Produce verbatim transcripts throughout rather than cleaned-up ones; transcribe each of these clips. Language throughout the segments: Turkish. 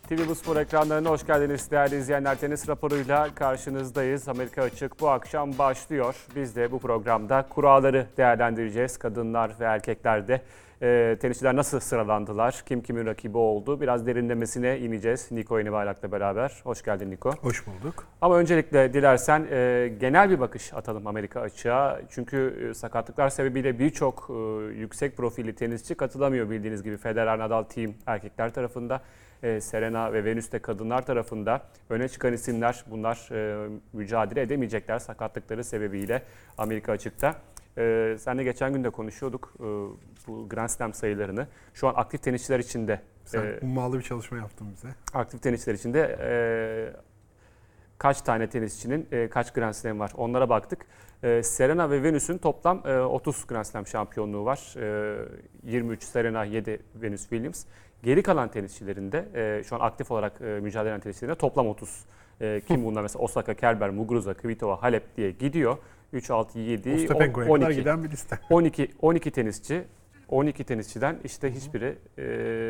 T V Bu Spor ekranlarına hoş geldiniz değerli izleyenler. Tenis raporuyla karşınızdayız. Amerika Açık bu akşam başlıyor. Biz de bu programda kuralları değerlendireceğiz. Kadınlar ve erkeklerde e, tenisçiler nasıl sıralandılar, kim kimin rakibi oldu, biraz derinlemesine ineceğiz Niko Yenibayrak'la beraber. Hoş geldin Niko. Hoş bulduk. Ama öncelikle dilersen e, genel bir bakış atalım Amerika Açık'a. Çünkü e, sakatlıklar sebebiyle birçok e, yüksek profilli tenisçi katılamıyor bildiğiniz gibi. Federer, Nadal Team erkekler tarafında. Serena ve Venus de kadınlar tarafında öne çıkan isimler, bunlar e, mücadele edemeyecekler sakatlıkları sebebiyle Amerika Açık'ta. E, seninle geçen gün de konuşuyorduk e, bu Grand Slam sayılarını. Şu an aktif tenisçiler için de Sen e, ummalı bir çalışma yaptın bize. Aktif tenisçiler için de e, kaç tane tenisçinin e, kaç Grand Slam var onlara baktık. E, Serena ve Venus'un toplam e, otuz Grand Slam şampiyonluğu var. E, yirmi üç Serena, yedi Venus Williams. Geri kalan tenisçilerinde e, şu an aktif olarak e, mücadele eden tenisçilerinde toplam otuz. E, kim bunlar mesela Osaka, Kerber, Muguruza, Kvitova, Halep diye gidiyor. üç, altı, yedi, Ostapenko'ya kadar giden bir liste. on iki, on iki tenisçi. on iki tenisçiden işte hiçbiri e,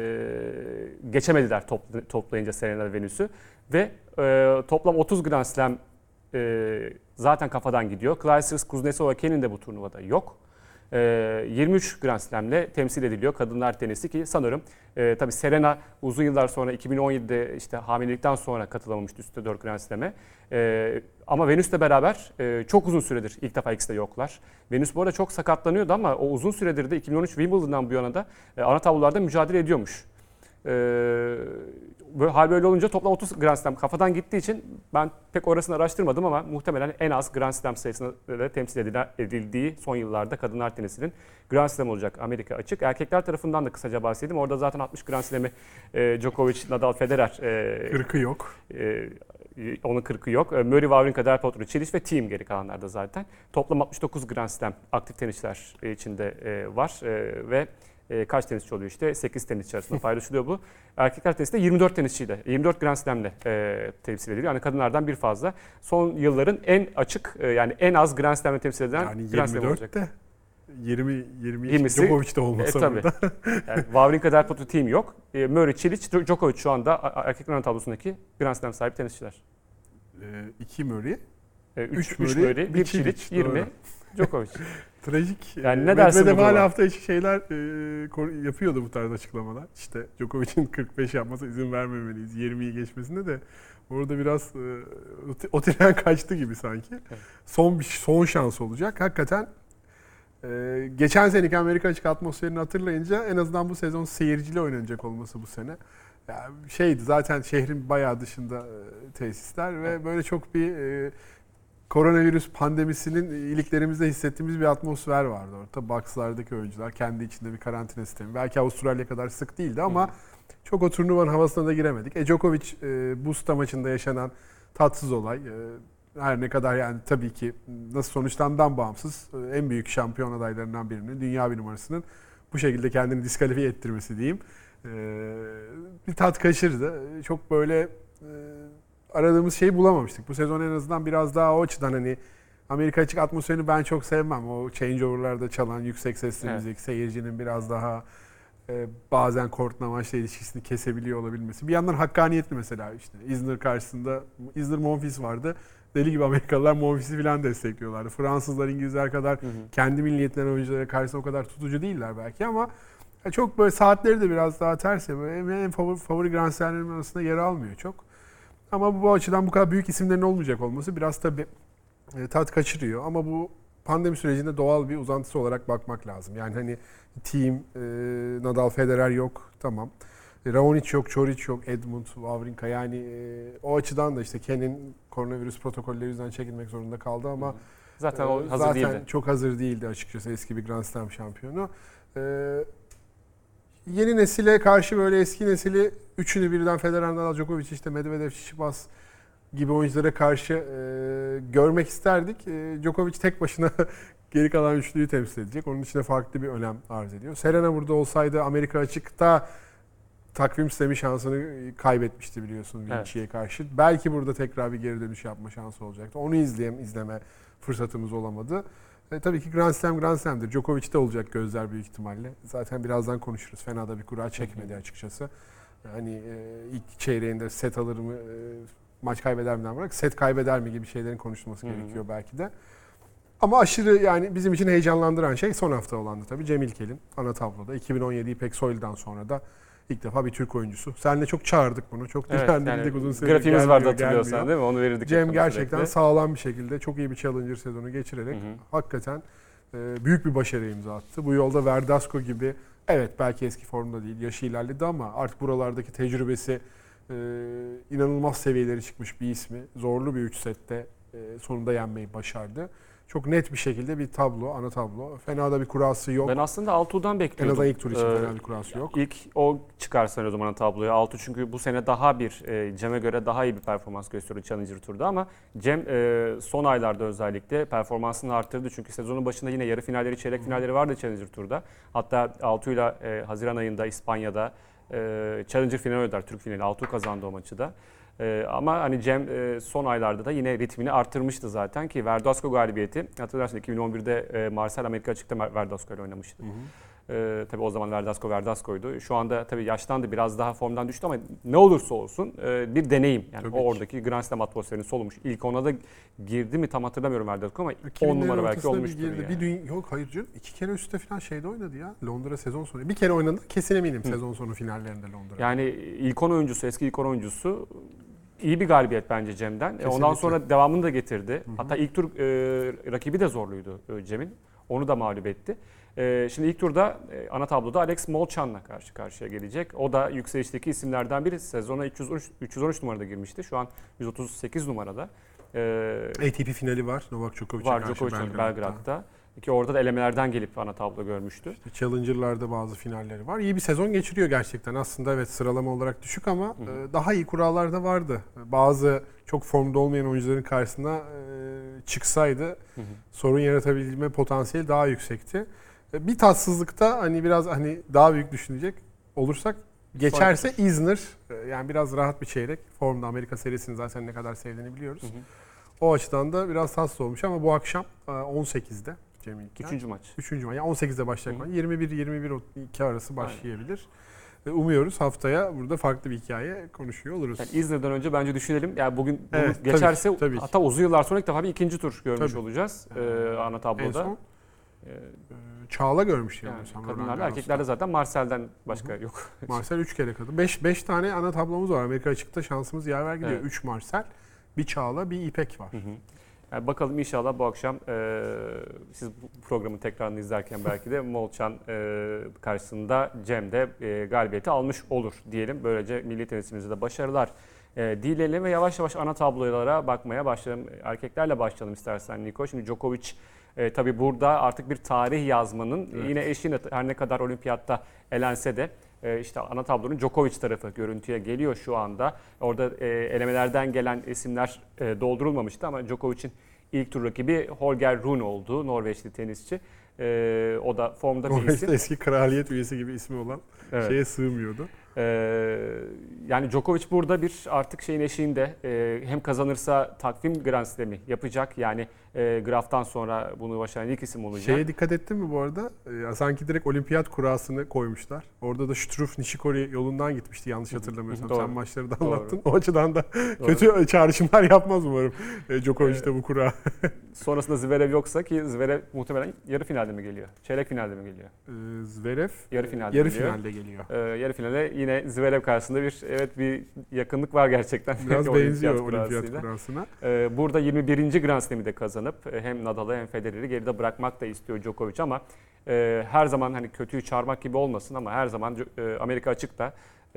geçemediler topla, toplayınca Serena ve Venus'u. Ve e, toplam otuz Grand Slam e, zaten kafadan gidiyor. Clijsters, Kuznetsova, Kenin de bu turnuvada yok. E, yirmi üç Grand Slam'le temsil ediliyor kadınlar tenisi ki sanırım e, tabii Serena uzun yıllar sonra iki bin on yedide işte hamilelikten sonra katılamamıştı üstte dört Grand Slam'e. E, ama Venüs'le beraber e, çok uzun süredir ilk defa ikisi de yoklar. Venüs bu arada çok sakatlanıyordu ama o uzun süredir de iki bin on üç Wimbledon'dan bu yana da e, ana tablolarda mücadele ediyormuş. E, böyle, hal böyle olunca toplam otuz Grand Slam kafadan gittiği için ben pek orasını araştırmadım ama muhtemelen en az Grand Slam sayısında da temsil edildiği son yıllarda kadınlar tenisinin Grand Slam olacak Amerika Açık. Erkekler tarafından da kısaca bahsedeyim. Orada zaten altmış Grand Slam'i e, Djokovic, Nadal, Federer. E, kırkı yok. E, onun kırkı yok. Murray, Wawrinka, Del Potro, Cilic ve Thiem geri kalanlarda zaten. Toplam altmış dokuz Grand Slam aktif tenisçiler içinde e, var e, ve E, kaç tenisçi oluyor işte? sekiz tenisçi arasında paylaşılıyor bu. Erkekler tenisinde yirmi dört tenisçiyle, yirmi dört Grand Slam'le e, temsil ediliyor. Yani kadınlardan bir fazla. Son yılların en açık e, yani en az Grand Slam'le temsil edilen yani Grand Slam olacak. yirmi dörtte yirmi yirmi yirmisi, Djokovic de olmasa e, tabii. burada. Yani Wawrinka, Del Potro, Thiem yok. E, Murray, Cilic, Djokovic şu anda erkeklerin tablosundaki Grand Slam sahibi tenisçiler. iki Murray, üç Murray, bir Cilic, yirmi Djokovic. Trajik. Yani ne dersin Medvedev bu duruma? hala hafta içi şeyler e, yapıyordu bu tarz açıklamalar. İşte Djokovic'in kırk beş yapması izin vermemeliyiz. yirmiyi geçmesinde de orada biraz e, o tren kaçtı gibi sanki. Evet. Son bir son şans olacak. Hakikaten e, geçen seneki Amerika Açık atmosferini hatırlayınca en azından bu sezon seyirciyle oynanacak olması bu sene. Yani şeydi zaten şehrin bayağı dışında e, tesisler ve böyle çok bir e, koronavirüs pandemisinin iliklerimizde hissettiğimiz bir atmosfer vardı orada. Box'lardaki oyuncular kendi içinde bir karantina sistemi. Belki Avustralya kadar sık değildi ama çok o turnuvanın havasına da giremedik. E Djokovic e, Busta maçında yaşanan tatsız olay. E, her ne kadar yani tabii ki nasıl sonuçlandan bağımsız e, en büyük şampiyon adaylarından birinin, dünya bir numarasının bu şekilde kendini diskalifiye ettirmesi diyeyim. E, bir tat kaçırdı. Çok böyle e, aradığımız şeyi bulamamıştık. Bu sezon en azından biraz daha o açıdan hani Amerika Açık atmosferini ben çok sevmem. O changeover'larda çalan yüksek sesli müzik, evet. Seyircinin biraz daha e, bazen kortla maçla ilişkisini kesebiliyor olabilmesi. Bir yandan hakkaniyetli mesela işte Isner karşısında Isner Monfils vardı. Deli gibi Amerikalılar Monfils'i falan destekliyorlardı. Fransızlar, İngilizler kadar hı hı. kendi milliyetlerine oyunculara karşısında o kadar tutucu değiller belki ama çok böyle saatleri de biraz daha ters ya. Böyle en favori, favori Grand Slam'lerin arasında yer almıyor çok. Ama bu açıdan bu kadar büyük isimlerin olmayacak olması biraz tabii e, tat kaçırıyor. Ama bu pandemi sürecinde doğal bir uzantısı olarak bakmak lazım. Yani hani Thiem, e, Nadal, Federer yok, tamam. E, Raonic yok, Čorić yok, Edmund, Wawrinka. Yani e, o açıdan da işte Kenin koronavirüs protokolleri yüzünden çekilmek zorunda kaldı ama zaten o hazır zaten değildi. çok hazır değildi açıkçası eski bir Grand Slam şampiyonu. E, Yeni nesile karşı böyle eski nesili üçünü birden Federer, Nadal, Djokovic, işte Medvedev, Tsitsipas gibi oyunculara karşı e, görmek isterdik. E, Djokovic tek başına geri kalan üçlüyü temsil edecek. Onun için de farklı bir önem arz ediyor. Serena burada olsaydı Amerika Açık'ta takvim sistemi şansını kaybetmişti biliyorsun Vinci'ye evet. karşı. Belki burada tekrar bir geri dönüş yapma şansı olacaktı. Onu izleyem, izleme fırsatımız olamadı. E, tabii ki Grand Slam Grand Slam'dir. Djokovic'te olacak gözler büyük ihtimalle. Zaten birazdan konuşuruz. Fena da bir kura çekmedi açıkçası. Hani e, ilk çeyreğinde set alır mı, e, maç kaybeder miden bırak, set kaybeder mi gibi şeylerin konuşulması Hı hı. gerekiyor belki de. Ama aşırı yani bizim için heyecanlandıran şey son hafta olandı tabii. Cem İlkel'in ana tabloda. iki bin on yedi İpek Soylu'dan sonra da ilk defa bir Türk oyuncusu. Seninle çok çağırdık bunu. Çok Evet, dilendirdik yani uzun süredir. grafiğimiz gelmiyor, vardı hatırlıyorsan gelmiyor. değil mi? Onu verirdik. Cem ekrana gerçekten sürekli. sağlam bir şekilde çok iyi bir Challenger sezonu geçirerek Hı hı. hakikaten e, büyük bir başarı imza attı. Bu yolda Verdasco gibi, evet belki eski formda değil, yaşı ilerledi ama artık buralardaki tecrübesi e, inanılmaz seviyelere çıkmış bir ismi. Zorlu bir üç sette e, sonunda yenmeyi başardı. Çok net bir şekilde bir tablo, ana tablo. Fena da bir kurası yok. Ben aslında Altuğ'dan En bekliyordum. azından ilk tur için Ee, fena bir kurası yok. İlk o çıkarsa o zaman tabloya. Altuğ çünkü bu sene daha bir e, Cem'e göre daha iyi bir performans gösteriyor Challenger Tur'da ama Cem e, son aylarda özellikle performansını arttırdı. Çünkü sezonun başında yine yarı finalleri, çeyrek finalleri vardı Challenger Tur'da. Hatta Altuğ'yla e, Haziran ayında İspanya'da e, Challenger finali oynadılar. Türk finali. Altuğ kazandı o maçı da. Ee, ama hani Cem e, son aylarda da yine ritmini arttırmıştı zaten ki Verdasco galibiyeti. Hatırlarsın iki bin on birde e, Marcel Amerika açıkta Verdasco ile oynamıştı. Hı hı. Ee, tabii o zaman Verdasco Verdasco'ydu. Şu anda tabii yaşlandı, biraz daha formdan düştü ama ne olursa olsun e, bir deneyim. Yani Tabii o ki. oradaki Grand Slam atmosferini solumuş. İlk ona da girdi mi tam hatırlamıyorum Verdasco ama iki on binlerin numara belki ortasına bir olmuştur girdi. yani. Bir dünya, yok hayır canım. İki kere üstte falan şeyde oynadı ya. Londra sezon sonu. Bir kere oynadı. Kesin eminim Hı. sezon sonu finallerinde Londra'da. Yani ilk on oyuncusu, eski ilk on oyuncusu iyi bir galibiyet bence Cem'den. Kesinlikle. Ondan sonra devamını da getirdi. Hı hı. Hatta ilk tur e, rakibi de zorluydu e, Cem'in. Onu da mağlup etti. E, şimdi ilk turda e, ana tabloda Alex Molchan'la karşı karşıya gelecek. O da yükselişteki isimlerden biri. Sezona üç yüz on üç, üç yüz on üç numarada girmişti. Şu an yüz otuz sekiz numarada. E, A T P finali var. Novak Djokovic'e var karşı Djokovic Belgrad'da. Belgrad'da. Ki orada da elemelerden gelip ana tablo görmüştü. İşte Challenger'larda bazı finalleri var. İyi bir sezon geçiriyor gerçekten. Aslında evet sıralama olarak düşük ama Hı hı. e, daha iyi kurallar da vardı. Bazı çok formda olmayan oyuncuların karşısına e, çıksaydı Hı hı. sorun yaratabilme potansiyeli daha yüksekti. E, Bir tatsızlıkta hani biraz hani daha büyük düşünecek olursak geçerse Isner e, yani biraz rahat bir çeyrek. Formda Amerika serisini zaten ne kadar sevdiğini biliyoruz. Hı hı. O açıdan da biraz tatsız olmuş ama bu akşam e, on sekizde Cem İlker. Üçüncü maç. Üçüncü maç. Yani on sekizde başlayacak Hı hı. maç. yirmi bir yirmi bir iki arası başlayabilir. Ve umuyoruz haftaya burada farklı bir hikaye konuşuyor oluruz. Yani İzmir'den önce bence düşünelim. Yani bugün bunu Evet, tabii geçerse ki, tabii ki. hatta uzun yıllar sonra ilk defa bir ikinci tur görmüş Tabii. olacağız e, ana En tabloda. son E, e, Çağla görmüş yani yanılmıyorsam. Roland kadınlarda, Garros'ta. erkeklerde zaten Marcel'den başka yok. Marcel üç kere kadın. beş tane ana tablomuz var. Amerika açıkta şansımız yaver gidiyor. Evet. üç Marcel, bir Çağla, bir İpek var. Hı hı. Yani bakalım inşallah bu akşam e, siz bu programın tekrarını izlerken belki de Molchan e, karşısında Cem de e, galibiyeti almış olur diyelim. Böylece milli tenisimize de başarılar e, dileyelim ve yavaş yavaş ana tablolara bakmaya başlayalım. Erkeklerle başlayalım istersen Niko. Şimdi Djokovic e, tabii burada artık bir tarih yazmanın Evet. yine eşiğine her ne kadar olimpiyatta elense de e, işte ana tablonun Djokovic tarafı görüntüye geliyor şu anda. Orada e, elemelerden gelen isimler e, doldurulmamıştı ama Djokovic'in ilk tur rakibi Holger Rune oldu, Norveçli tenisçi. E, o da formda bir Norveç'te isim. eski kraliyet üyesi gibi ismi olan Evet. şeye sığmıyordu. Ee, yani Djokovic burada bir artık şeyin eşiğinde e, hem kazanırsa takvim Grand Slam'i yapacak. Yani e, Graf'tan sonra bunu başaran ilk isim olacak. Şeye dikkat ettin mi bu arada? Ee, sanki direkt olimpiyat kurasını koymuşlar. Orada da Struff Nishikori yolundan gitmişti yanlış hatırlamıyorsam. Doğru. Sen maçları da Doğru. anlattın. O açıdan da kötü çağrışımlar yapmaz umarım e, Djokovic de bu kura. Sonrasında Zverev yoksa ki Zverev muhtemelen yarı finalde mi geliyor? Çeyrek finalde mi geliyor? Ee, Zverev Yarı finalde yarı geliyor. finalde geliyor. Ee, yarı finale yine Zverev karşısında bir evet bir yakınlık var gerçekten. Biraz Olimpiyat benziyor kurasıyla. olimpiyat kurasına. Ee, burada yirmi birinci Grand Slam'i de kazanıp e, hem Nadal'ı hem Federer'i geride bırakmak da istiyor Djokovic ama e, her zaman hani kötüyü çağırmak gibi olmasın ama her zaman e, Amerika açıkta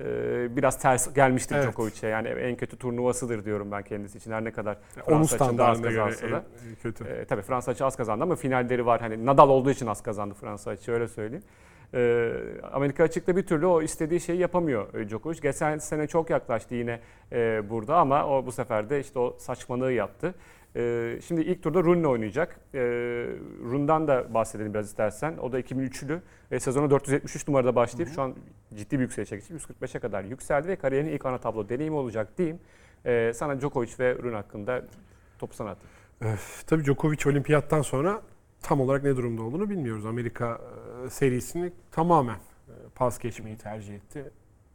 e, biraz ters gelmiştir Evet. Djokovic'e. Yani en kötü turnuvasıdır diyorum ben kendisi için. Her ne kadar Onun Fransa açığında az standartına göre kazansa da. en kötü. E, tabii Fransa açığı az kazandı ama finalleri var. Hani Nadal olduğu için az kazandı Fransa açığı öyle söyleyeyim. Ee, Amerika açıkta bir türlü o istediği şeyi yapamıyor e, Djokovic. Geçen sene çok yaklaştı yine e, burada ama o bu sefer de işte o saçmalığı yaptı. E, şimdi ilk turda Rune'le oynayacak. E, Rune'dan da bahsedelim biraz istersen. O da iki bin üçlü ve sezonu dört yüz yetmiş üç numarada başlayıp hı hı. şu an ciddi bir yükselişe geçti. yüz kırk beşe kadar yükseldi ve kariyerinin ilk ana tablo deneyimi olacak diyeyim. E, sana Djokovic ve Rune hakkında topu sana atayım. Öf, tabii Djokovic olimpiyattan sonra tam olarak ne durumda olduğunu bilmiyoruz. Amerika e, serisini tamamen e, pas geçmeyi tercih etti.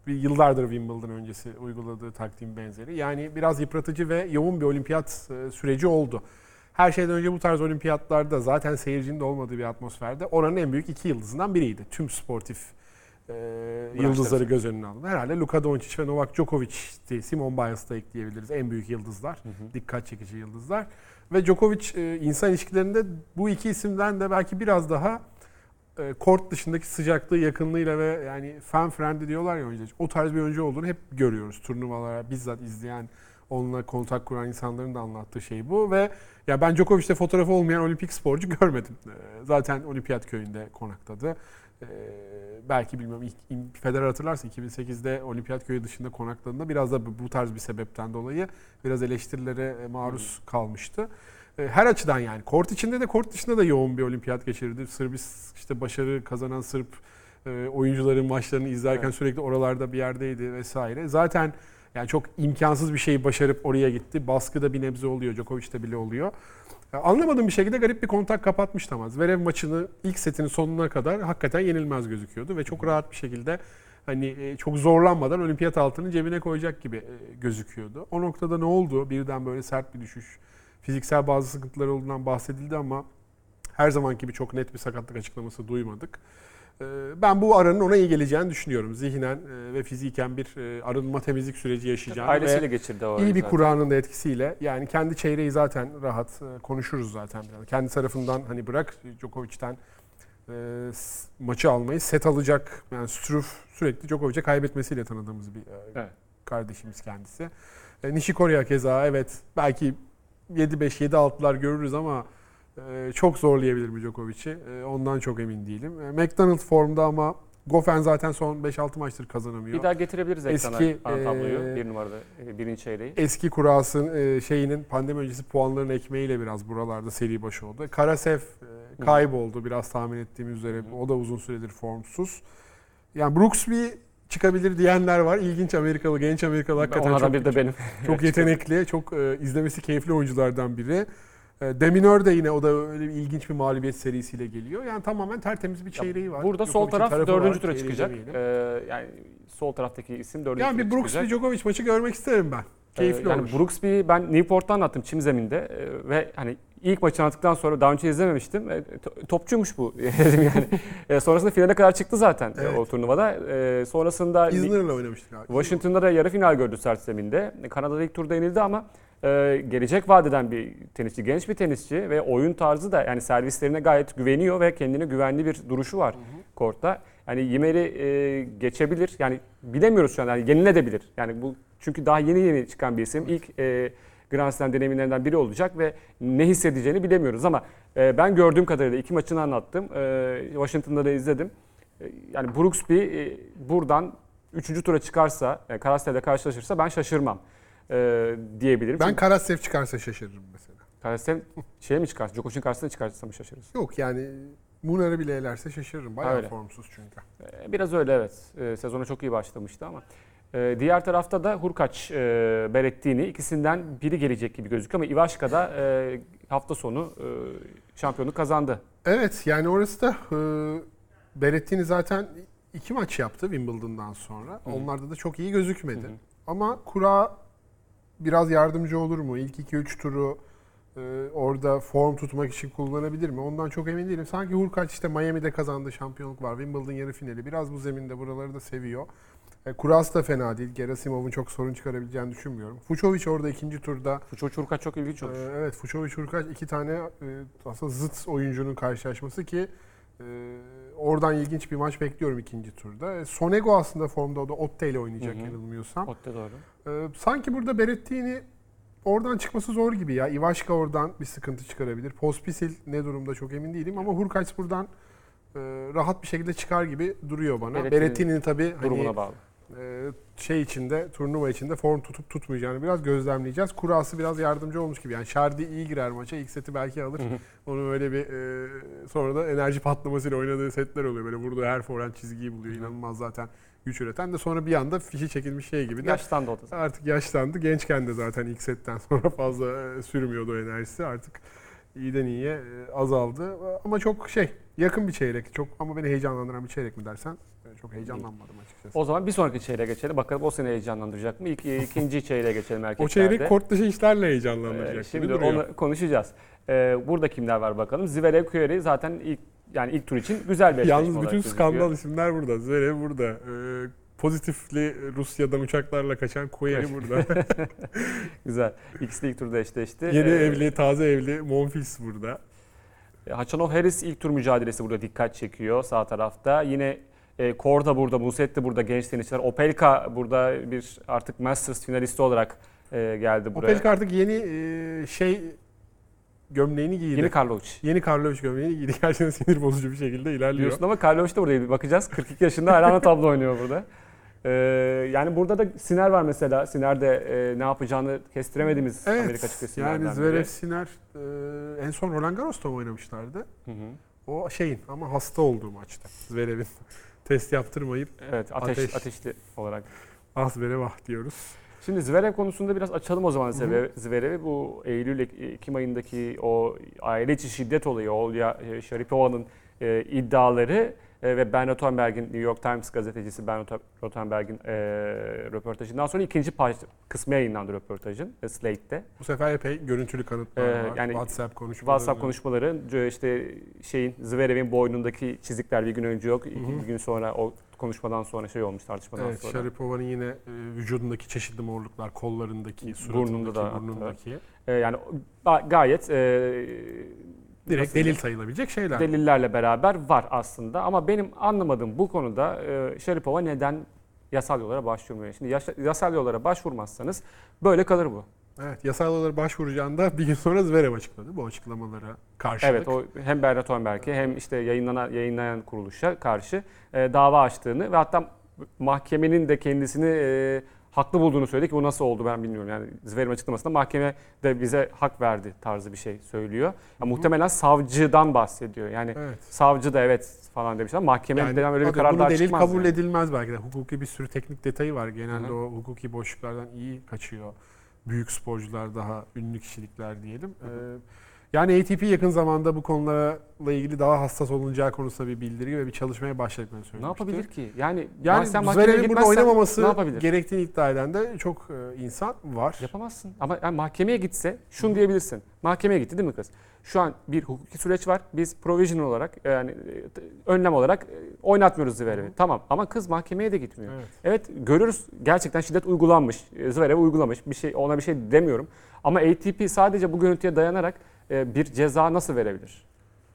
bir yıllardır Wimbledon öncesi uyguladığı taktiğin benzeri. Yani biraz yıpratıcı ve yoğun bir olimpiyat e, süreci oldu. Her şeyden önce bu tarz olimpiyatlarda zaten seyircinin de olmadığı bir atmosferde oranın en büyük iki yıldızından biriydi. Tüm sportif e, yıldızları göz önüne alın. Herhalde Luka Doncic ve Novak Djokovic'ti. Simone Biles'ı da ekleyebiliriz. En büyük yıldızlar. Hı hı. Dikkat çekici yıldızlar. Ve Djokovic e, insan ilişkilerinde bu iki isimden de belki biraz daha e, kort dışındaki sıcaklığı, yakınlığıyla ve yani fan friendly diyorlar ya oyuncu. O tarz bir oyuncu olduğunu hep görüyoruz. Turnuvalara bizzat izleyen, onunla kontak kuran insanların da anlattığı şey bu ve ya ben Djokovic'te fotoğrafı olmayan olimpik sporcu görmedim. Zaten olimpiyat köyünde konakladı. Ee, belki bilmiyorum ilk Federer hatırlarsa iki bin sekizde olimpiyat köyü dışında konakladığında biraz da bu tarz bir sebepten dolayı biraz eleştirilere maruz kalmıştı. Ee, her açıdan yani kort içinde de kort dışında da yoğun bir olimpiyat geçirdi. Sırbistan işte başarı kazanan Sırp e, oyuncuların maçlarını izlerken evet. sürekli oralarda bir yerdeydi vesaire. Zaten yani çok imkansız bir şeyi başarıp oraya gitti. Baskıda bir nebze oluyor. Djokovic'te bile oluyor. Anlamadığım bir şekilde garip bir kontak kapatmıştı ama Zverev maçını ilk setinin sonuna kadar hakikaten yenilmez gözüküyordu ve çok rahat bir şekilde hani çok zorlanmadan olimpiyat altını cebine koyacak gibi gözüküyordu. O noktada ne oldu? Birden böyle sert bir düşüş. Fiziksel bazı sıkıntılar olduğundan bahsedildi ama her zamanki gibi çok net bir sakatlık açıklaması duymadık. Ben bu aranın ona iyi geleceğini düşünüyorum. Zihnen ve fiziken bir arınma temizlik süreci yaşayacağını ailesiyle geçirdi o iyi bir zaten. Kur'an'ın da etkisiyle yani kendi çeyreği zaten rahat konuşuruz zaten biraz. Kendi tarafından hani bırak Djokovic'ten e, maçı almayı set alacak. Yani Struff sürekli Djokovic'e kaybetmesiyle tanıdığımız bir evet. kardeşimiz kendisi. E, Nishikori'ye keza evet belki yedi beş yedi altılar görürüz ama çok zorlayabilir mi Djokovic'i? Ondan çok emin değilim. McDonald formda ama Goffin zaten son beş altı maçtır kazanamıyor. Bir daha getirebiliriz ekrana eski, tabloyu. E, bir numarada birinci çeyreği. Eski kurasın şeyinin pandemi öncesi puanların ekmeğiyle biraz buralarda seri başı oldu. Karasev kayboldu biraz tahmin ettiğimiz üzere. Hı. O da uzun süredir formsuz. Yani Brooksby çıkabilir diyenler var. İlginç Amerikalı, genç Amerikalı hakikaten onlardan çok, bir de benim. çok yetenekli, çok izlemesi keyifli oyunculardan biri. Deminör de yine o da öyle bir ilginç bir mağlubiyet serisiyle geliyor. Yani tamamen tertemiz bir çeyreği var. Burada sol taraf dördüncü tura çıkacak. Ee, yani sol taraftaki isim dördüncü yani tura çıkacak. Yani bir Brooksby Djokovic maçı görmek isterim ben. Keyifli ee, yani olur. Brooksby ben Newport'ta anlattım çim zeminde ee, ve hani ilk maçı anlattıktan sonra daha önce izlememiştim. E, topçuymuş bu dedim yani. e, sonrasında finale kadar çıktı zaten evet. o turnuvada. E, sonrasında İzmir'le oynamıştık abi. Washington'da da yarı final gördü sert zeminde. Kanada'da ilk turda yenildi ama Ee, gelecek vadeden bir tenisçi, genç bir tenisçi ve oyun tarzı da yani servislerine gayet güveniyor ve kendine güvenli bir duruşu var hı hı. kortta. Yani Ymer'i e, geçebilir. Yani bilemiyoruz şu an. Yani yenilebilir. Yani bu çünkü daha yeni yeni çıkan bir isim. İlk e, Grand Slam deneyimlerinden biri olacak ve ne hissedeceğini bilemiyoruz ama e, ben gördüğüm kadarıyla iki maçını anlattım. E, Washington'da da izledim. E, yani Brooksby e, buradan üçüncü tura çıkarsa, e, Karasev'le karşılaşırsa ben şaşırmam. Ee, diyebilirim. Ben Karasev çıkarsa şaşırırım mesela. Karasev şey mi çıkarsa, Djokovic'in karşısına çıkarsa mı şaşırırız? Yok yani Munar'ı bile elerse şaşırırım. Bayağı öyle. Formsuz çünkü. Ee, biraz öyle evet. Ee, sezona çok iyi başlamıştı ama. Ee, diğer tarafta da Hurkaç, e, Berrettini ikisinden biri gelecek gibi gözüküyor ama Ivashka da e, hafta sonu e, şampiyonluk kazandı. Evet yani orası da e, Berrettini zaten iki maç yaptı Wimbledon'dan sonra. Hı. Onlarda da çok iyi gözükmedi. Hı hı. Ama kura biraz yardımcı olur mu? İlk iki üç turu e, orada form tutmak için kullanabilir mi? Ondan çok emin değilim. Sanki Hurkaç işte Miami'de kazandığı şampiyonluk var. Wimbledon yarı finali. Biraz bu zeminde buraları da seviyor. E, Kuras da fena değil. Gerasimov'un çok sorun çıkarabileceğini düşünmüyorum. Fucsovic orada ikinci turda. Fucsovic Hurkaç çok ilginç olur. E, evet Fucsovic Hurkaç iki tane e, aslında zıt oyuncunun karşılaşması ki e, oradan ilginç bir maç bekliyorum ikinci turda. E, Sonego aslında formda o da Otte ile oynayacak yanılmıyorsam. Otte doğru. Ee, sanki burada Berrettini oradan çıkması zor gibi ya. Ivashka oradan bir sıkıntı çıkarabilir. Pospisil ne durumda çok emin değilim ama Hurkaç buradan e, rahat bir şekilde çıkar gibi duruyor bana. Berrettini'nin Berrettini'nin tabii durumuna hani, bağlı. E, şey içinde, turnuva içinde form tutup tutmayacağını biraz gözlemleyeceğiz. Kurası biraz yardımcı olmuş gibi. Yani Şardi iyi girer maça. İlk seti belki alır. Hı hı. Onu öyle bir e, sonra da enerji patlamasıyla oynadığı setler oluyor. Böyle vurduğu her forehand çizgiyi buluyor. İnanılmaz zaten güç üreten de sonra bir anda fişi çekilmiş şey gibi de. Yaşlandı o da. Artık yaşlandı. Gençken de zaten ilk setten sonra fazla sürmüyordu o enerjisi. Artık iyiden iyiye e, azaldı. Ama çok şey yakın bir çeyrek. Çok ama beni heyecanlandıran bir çeyrek mi dersen e, çok heyecanlanmadım açıkçası. O zaman bir sonraki çeyreğe geçelim. Bakalım o seni heyecanlandıracak mı? İlk, ikinci çeyreğe geçelim erkeklerde. O çeyrek kort dışı işlerle heyecanlandıracak. Ee, gibi Şimdi duruyor. onu konuşacağız. Ee, burada kimler var bakalım. Zverev, Kuyeri zaten ilk yani ilk tur için güzel bir eşleşme Yalnız olarak bütün gözüküyor. skandal isimler burada. Zverev burada. Ee, pozitifli Rusya'dan uçaklarla kaçan Kuyeri burada. Güzel. İkisi de ilk turda eşleşti. Yeni Ee, evli, taze evli Monfils burada. Hachanov Harris ilk tur mücadelesi burada dikkat çekiyor sağ tarafta. Yine e, Korda burada, Musetti burada genç tenisçiler. Opelka burada bir artık Masters finalisti olarak e, geldi buraya. Opelka artık yeni e, şey gömleğini giydi. Yeni Karlovic. Yeni Karlovic gömleğini giydi. Gerçekten sinir bozucu bir şekilde ilerliyor. Diyorsun ama Karlovic de buradaydı. Bakacağız. kırk iki yaşında hala tablo oynuyor burada. Ee, yani burada da Sinner var mesela. Sinner de e, ne yapacağını kestiremediğimiz Evet, Amerika açık isimlerden yani biri. Zverev, Sinner e, en son Roland Garros'ta mı oynamışlardı? Hı hı. O şeyin ama hasta olduğu maçta. Zverev'in test yaptırmayıp Evet, ateş, Ateş. ateşli olarak. ah Zverev ah diyoruz. Şimdi Zverev konusunda biraz açalım o zaman Hı hı. Zverev- Zverev'i. Bu Eylül, Ekim ayındaki o aile içi şiddet olayı, Olya Sharipova'nın e, iddiaları e, ve Ben Rothenberg'in, New York Times gazetecisi Ben Rothenberg'in e, röportajından sonra ikinci pay, kısmı yayınlandı röportajın e, Slate'de. Bu sefer epey görüntülü kanıtlar Ee, var. yani WhatsApp konuşmaları. WhatsApp konuşmaları işte şeyin Zverev'in boynundaki çizikler bir gün önce yok. İki Hı hı. bir gün sonra o konuşmadan sonra şey olmuş tartışmadan Evet, sonra. Sharipova'nın yine e, vücudundaki çeşitli morluklar, kollarındaki, Burnunda suratındaki, da, burnundaki. Ee, yani ga- gayet e, Direkt nasıl delil diyeyim? sayılabilecek şeyler. delillerle beraber var aslında. Ama benim anlamadığım bu konuda e, Sharipova neden yasal yollara başvurmuyor? Şimdi yaşa- yasal yollara başvurmazsanız böyle kalır bu. Evet, yasal olarak başvuracağında bir gün sonra Zverev açıkladı bu açıklamalara karşılık. Evet, o hem Berat Thunberg'e hem işte yayınlanan yayınlayan kuruluşa karşı e, dava açtığını ve hatta mahkemenin de kendisini e, haklı bulduğunu söyledi ki bu nasıl oldu ben bilmiyorum. Yani Zverev açıklamasında mahkeme de bize hak verdi tarzı bir şey söylüyor. Ya, muhtemelen savcıdan bahsediyor. Yani Evet. savcı da evet falan demiş ama mahkemeden Yani, öyle bir adı- karar bunu daha delil çıkmaz. kabul yani. edilmez belki de. Hukuki bir sürü teknik detayı var. Genelde Hı hı. o hukuki boşluklardan iyi kaçıyor. Büyük sporcular, daha ünlü kişilikler diyelim. Hı hı. Ee, yani A T P yakın zamanda bu konularla ilgili daha hassas olunacağı konusunda bir bildiri ve bir çalışmaya başladıklarını Ne söylemişti. yapabilir ki? Yani, Yani sen mahkemeye Zverev'in burada gitmezsen oynamaması ne yapabilir? gerektiğini iddia eden de çok e, insan var. Yapamazsın. Ama yani mahkemeye gitse şunu diyebilirsin. Mahkemeye gitti değil mi kız? Şu an bir hukuki süreç var. Biz provisional olarak yani e, önlem olarak e, oynatmıyoruz Zverev'i. Tamam ama kız mahkemeye de gitmiyor. Evet. Evet görürüz gerçekten şiddet uygulanmış. E, Zverev uygulamış. Bir şey ona bir şey demiyorum. Ama A T P sadece bu görüntüye dayanarak e, bir ceza nasıl verebilir?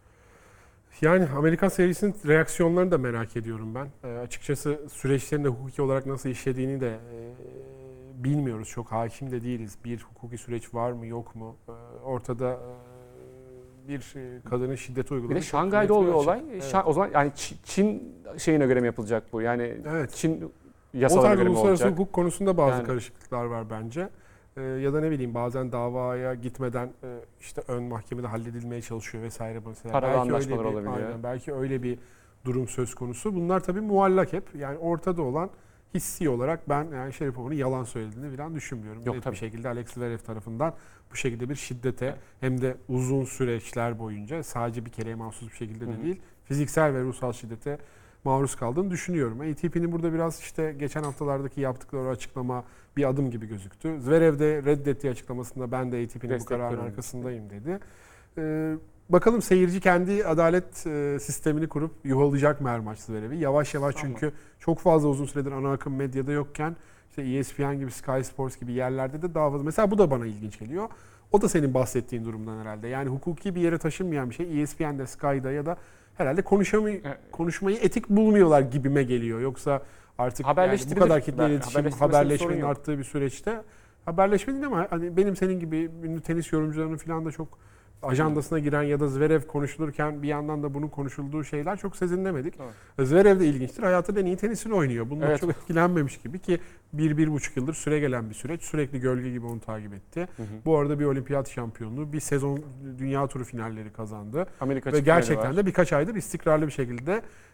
Yani Amerikan serisinin reaksiyonlarını da merak ediyorum ben. E, açıkçası süreçlerin de hukuki olarak nasıl işlediğini de e, bilmiyoruz. Çok hakim de değiliz. Bir hukuki süreç var mı yok mu? E, ortada e, bir e, kadının şiddet uyguladığı. Bir de çok Şangay'da net bir oluyor açık. olay. Evet. Şa- O zaman yani Ç- Çin şeyine göre mi yapılacak bu? Yani Evet. Çin O yasalarına tarz göre mi uluslararası olacak? hukuk konusunda bazı Yani. karışıklıklar var bence. Ee, ya da ne bileyim bazen davaya gitmeden e, işte ön mahkemede halledilmeye çalışıyor vesaire. Mesela Paralı belki öyle anlaşmalar bir, olabiliyor. aynen, belki öyle bir durum söz konusu. Bunlar tabii muallak hep. Yani ortada olan hissi olarak ben yani Sharipova'nın yalan söylediğini falan düşünmüyorum. Yok, Net tabii. bir şekilde Alex Zverev tarafından bu şekilde bir şiddete Evet. hem de uzun süreçler boyunca sadece bir kereye mahsus bir şekilde de Hı hı. değil fiziksel ve ruhsal şiddete maruz kaldığını düşünüyorum. A T P'nin burada biraz işte geçen haftalardaki yaptıkları açıklama bir adım gibi gözüktü. Zverev de reddettiği açıklamasında ben de A T P'nin bu Destekliyorum. kararın arkasındayım dedi. Ee, bakalım seyirci kendi adalet e, sistemini kurup yuvalayacak mı her maç Zverev'i? Yavaş yavaş çünkü çok fazla uzun süredir ana akım medyada yokken işte E S P N gibi, Sky Sports gibi yerlerde de daha fazla. Mesela bu da bana ilginç geliyor. O da senin bahsettiğin durumdan herhalde. Yani hukuki bir yere taşınmayan bir şey E S P N'de, Sky'da ya da herhalde konuşamay- Evet. konuşmayı etik bulmuyorlar gibime geliyor. Yoksa artık yani bu Haberleştirilir. kadar kitle Ben- iletişim, haberleştirmesinde sorun haberleşmenin yok. arttığı bir süreçte haberleşme değil ama hani benim senin gibi ünlü tenis yorumcularının falan da çok ajandasına giren ya da Zverev konuşulurken bir yandan da bunun konuşulduğu şeyler çok sezinlemedik. Evet. Zverev de ilginçtir. Hayatının en iyi tenisini oynuyor. Bundan Evet. çok etkilenmemiş gibi ki bir, bir buçuk yıldır süre gelen bir süreç. Sürekli gölge gibi onu takip etti. Hı hı. Bu arada bir olimpiyat şampiyonluğu, bir sezon dünya turu finalleri kazandı. Amerika Ve açık finali gerçekten var. de birkaç aydır istikrarlı bir şekilde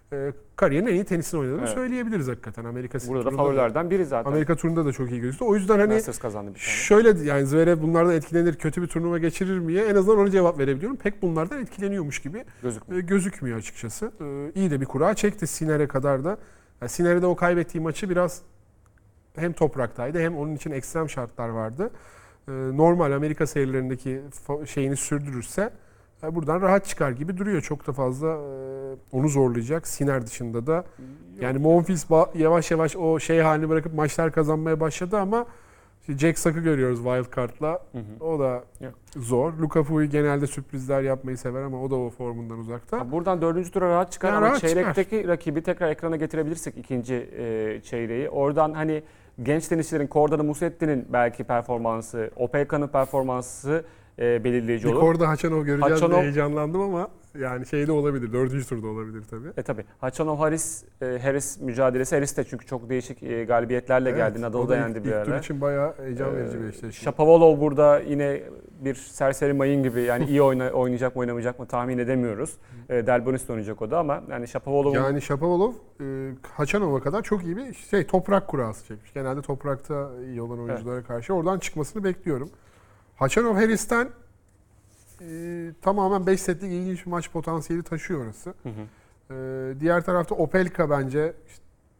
e, kariyerin en iyi tenisini oynadığını Evet. söyleyebiliriz hakikaten. Amerika Burada da turunda favorilerden biri zaten. Amerika turunda da çok iyi gözüktü. O yüzden hani Masters kazandı bir tane. şöyle yani Zverev bunlardan etkilenir, kötü bir turnuva geçirir mi diye en azından ona cevap verebiliyorum. Pek bunlardan etkileniyormuş gibi Gözükmüyor. e, gözükmüyor açıkçası. E, iyi de bir kura çekti Sinner'e kadar da. Yani Sinner'de o kaybettiği maçı biraz hem topraktaydı hem onun için ekstrem şartlar vardı. E, normal Amerika serilerindeki fa- şeyini sürdürürse e, buradan rahat çıkar gibi duruyor. Çok da fazla e, onu zorlayacak. Sinner dışında da yani Monfils ba- yavaş yavaş o şey halini bırakıp maçlar kazanmaya başladı ama işte Jack Sock'ı görüyoruz wild card'la. Hı hı. O da Yok. zor. Luka Pouille genelde sürprizler yapmayı sever ama o da o formundan uzakta. Ha, buradan dördüncü tura rahat çıkar Yani ama rahat çeyrekteki rakibi tekrar ekrana getirebilirsek ikinci e, çeyreği. Oradan hani genç tenisçilerin Cordana Musetti'nin belki performansı, Opelka'nın performansı e, belirleyici Bir olur. Korda Haçanov göreceğiz Haçanov- diye heyecanlandım ama yani şey de olabilir. Dördüncü turda olabilir tabii. E tabi. Hachanov Harris e, Harris mücadelesi. Harris de çünkü çok değişik e, galibiyetlerle Evet, geldi. o Nadal'ı da da ilk- yendi bir ilk tur ara. için bayağı heyecan Ee, verici bir eşleşme. Shapovalov burada yine bir serseri mayın gibi yani iyi oyna, oynayacak mı oynamayacak mı tahmin edemiyoruz. E, Delbonis de oynayacak o da ama yani Shapovalov'un Yani Shapovalov e, Haçanov'a kadar çok iyi bir şey toprak kurası çekmiş. Genelde toprakta iyi olan oyunculara karşı oradan çıkmasını bekliyorum. Haçanov Harris'ten e, tamamen beş setlik ilginç bir maç potansiyeli taşıyor orası. Hı hı. E, diğer tarafta Opelka bence işte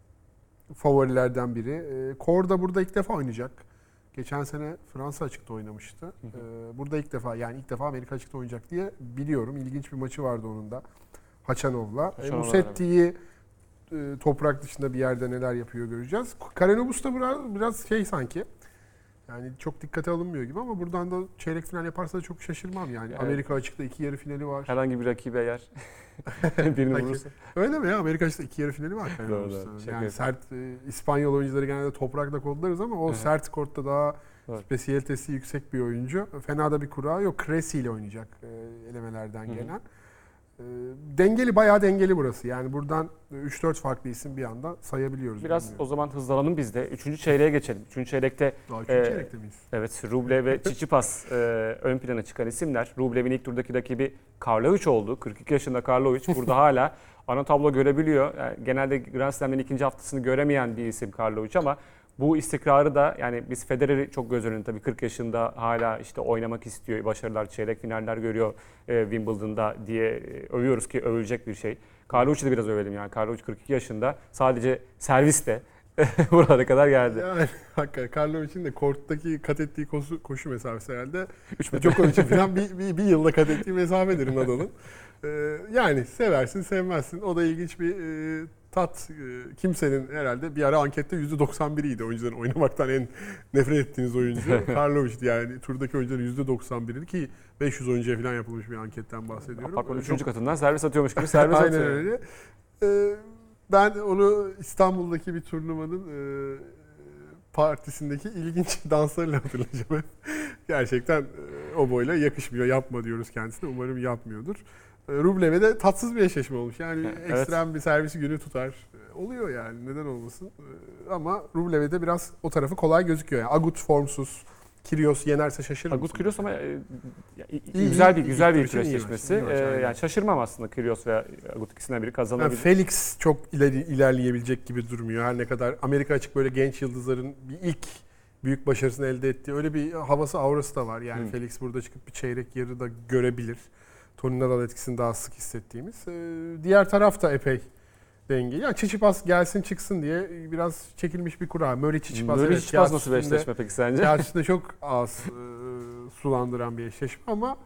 favorilerden biri. E, Korda burada ilk defa oynayacak. Geçen sene Fransa açıkta oynamıştı. Hı hı. E, burada ilk defa yani ilk defa Amerika açıkta oynayacak diye biliyorum. İlginç bir maçı vardı onun da. Haçanov'la. E, Haçanov'la Musetti'yi e, toprak dışında bir yerde neler yapıyor göreceğiz. Karenobus da biraz, biraz şey sanki. Yani çok dikkate alınmıyor gibi ama buradan da çeyrek final yaparsa da çok şaşırmam yani. Evet. Amerika açıkta iki yarı finali var. herhangi bir rakibe eğer birini Peki. vurursa. Öyle mi ya? Amerika açıkta iki yarı finali var. Doğru, Karenobus'ta. doğru. Şaka Yani yapıyorum. sert e, İspanyol oyuncuları genelde toprakla kodlarız ama o Evet. sert kortta daha Doğru. spesiyalitesi yüksek bir oyuncu. Fena da bir kura yok. Cressy ile oynayacak e, elemelerden Hı hı. gelen. E, dengeli, bayağı dengeli burası. Yani buradan üç dört farklı isim bir anda sayabiliyoruz. Biraz bilmiyorum. o zaman hızlanalım biz de. Üçüncü çeyreğe geçelim. Üçüncü çeyrekte Daha üçüncü e, çeyrekte miyiz? evet Rublev ve Tsitsipas e, ön plana çıkan isimler. Rublev'in ilk turdaki rakibi Karlovic oldu. kırk iki yaşında Karlovic burada hala ana tablo görebiliyor. Yani genelde Grand Slam'lerin ikinci haftasını göremeyen bir isim Karlovic ama bu istikrarı da yani biz Federer'i çok göz önünde tabii kırk yaşında hala işte oynamak istiyor. Başarılar, çeyrek finaller görüyor e, Wimbledon'da diye e, övüyoruz ki övülecek bir şey. Karlovic'i de biraz övelim yani. Karlovic kırk iki yaşında sadece serviste buralara kadar geldi. Yani hakikaten Karlovic'in de korttaki kat ettiği koşu, koşu mesafesi herhalde üç metre. Djokovic'in falan bir, bir, bir yılda kat ettiği mesafedir Nadal'ın. Ee, yani seversin sevmezsin. O da ilginç bir e, tat. E, kimsenin herhalde bir ara ankette yüzde doksan biriydi oyuncuların oynamaktan en nefret ettiğiniz oyuncu. Karlovic'ti yani turdaki oyuncuların yüzde doksan biriydi ki beş yüz oyuncuya falan yapılmış bir anketten bahsediyorum. Apartmanın Ee, üçüncü çok- katından servis atıyormuş gibi servis Aynen atıyor. öyle. Ee, ben onu İstanbul'daki bir turnuvanın e, partisindeki ilginç danslarıyla hatırlayacağım hep. Gerçekten e, o boyla yakışmıyor. Yapma diyoruz kendisine. Umarım yapmıyordur. E, Rublev'e de tatsız bir eşleşme olmuş. Yani Evet. ekstrem bir servisi günü tutar. E, oluyor yani. Neden olmasın? E, ama Rublev'e de biraz o tarafı kolay gözüküyor. Yani Agut formsuz. Kyrgios yenerse şaşırır Agut mısın? Kyrgios ama e, ya, i- İyi, güzel bir iyi. güzel İlk bir tur için iyi eşleşmesi. maç, iyi maç, E, aynen. yani şaşırmam aslında Kyrgios veya Agut ikisinden biri Yani kazanabilir. Felix çok ileri, ilerleyebilecek gibi durmuyor. Her ne kadar Amerika açık böyle genç yıldızların bir ilk büyük başarısını elde ettiği öyle bir havası, aurası da var. Yani Hı. Felix burada çıkıp bir çeyrek yarı da görebilir. Tony Nadal etkisini daha sık hissettiğimiz. Ee, diğer taraf da epey dengeli. Yani Tsitsipas gelsin çıksın diye biraz çekilmiş bir kura. Murray Tsitsipas. Böyle evet, hiç nasıl bir kağıt üstünde- eşleşme peki sence? kağıt üstünde çok az e, sulandıran bir eşleşme ama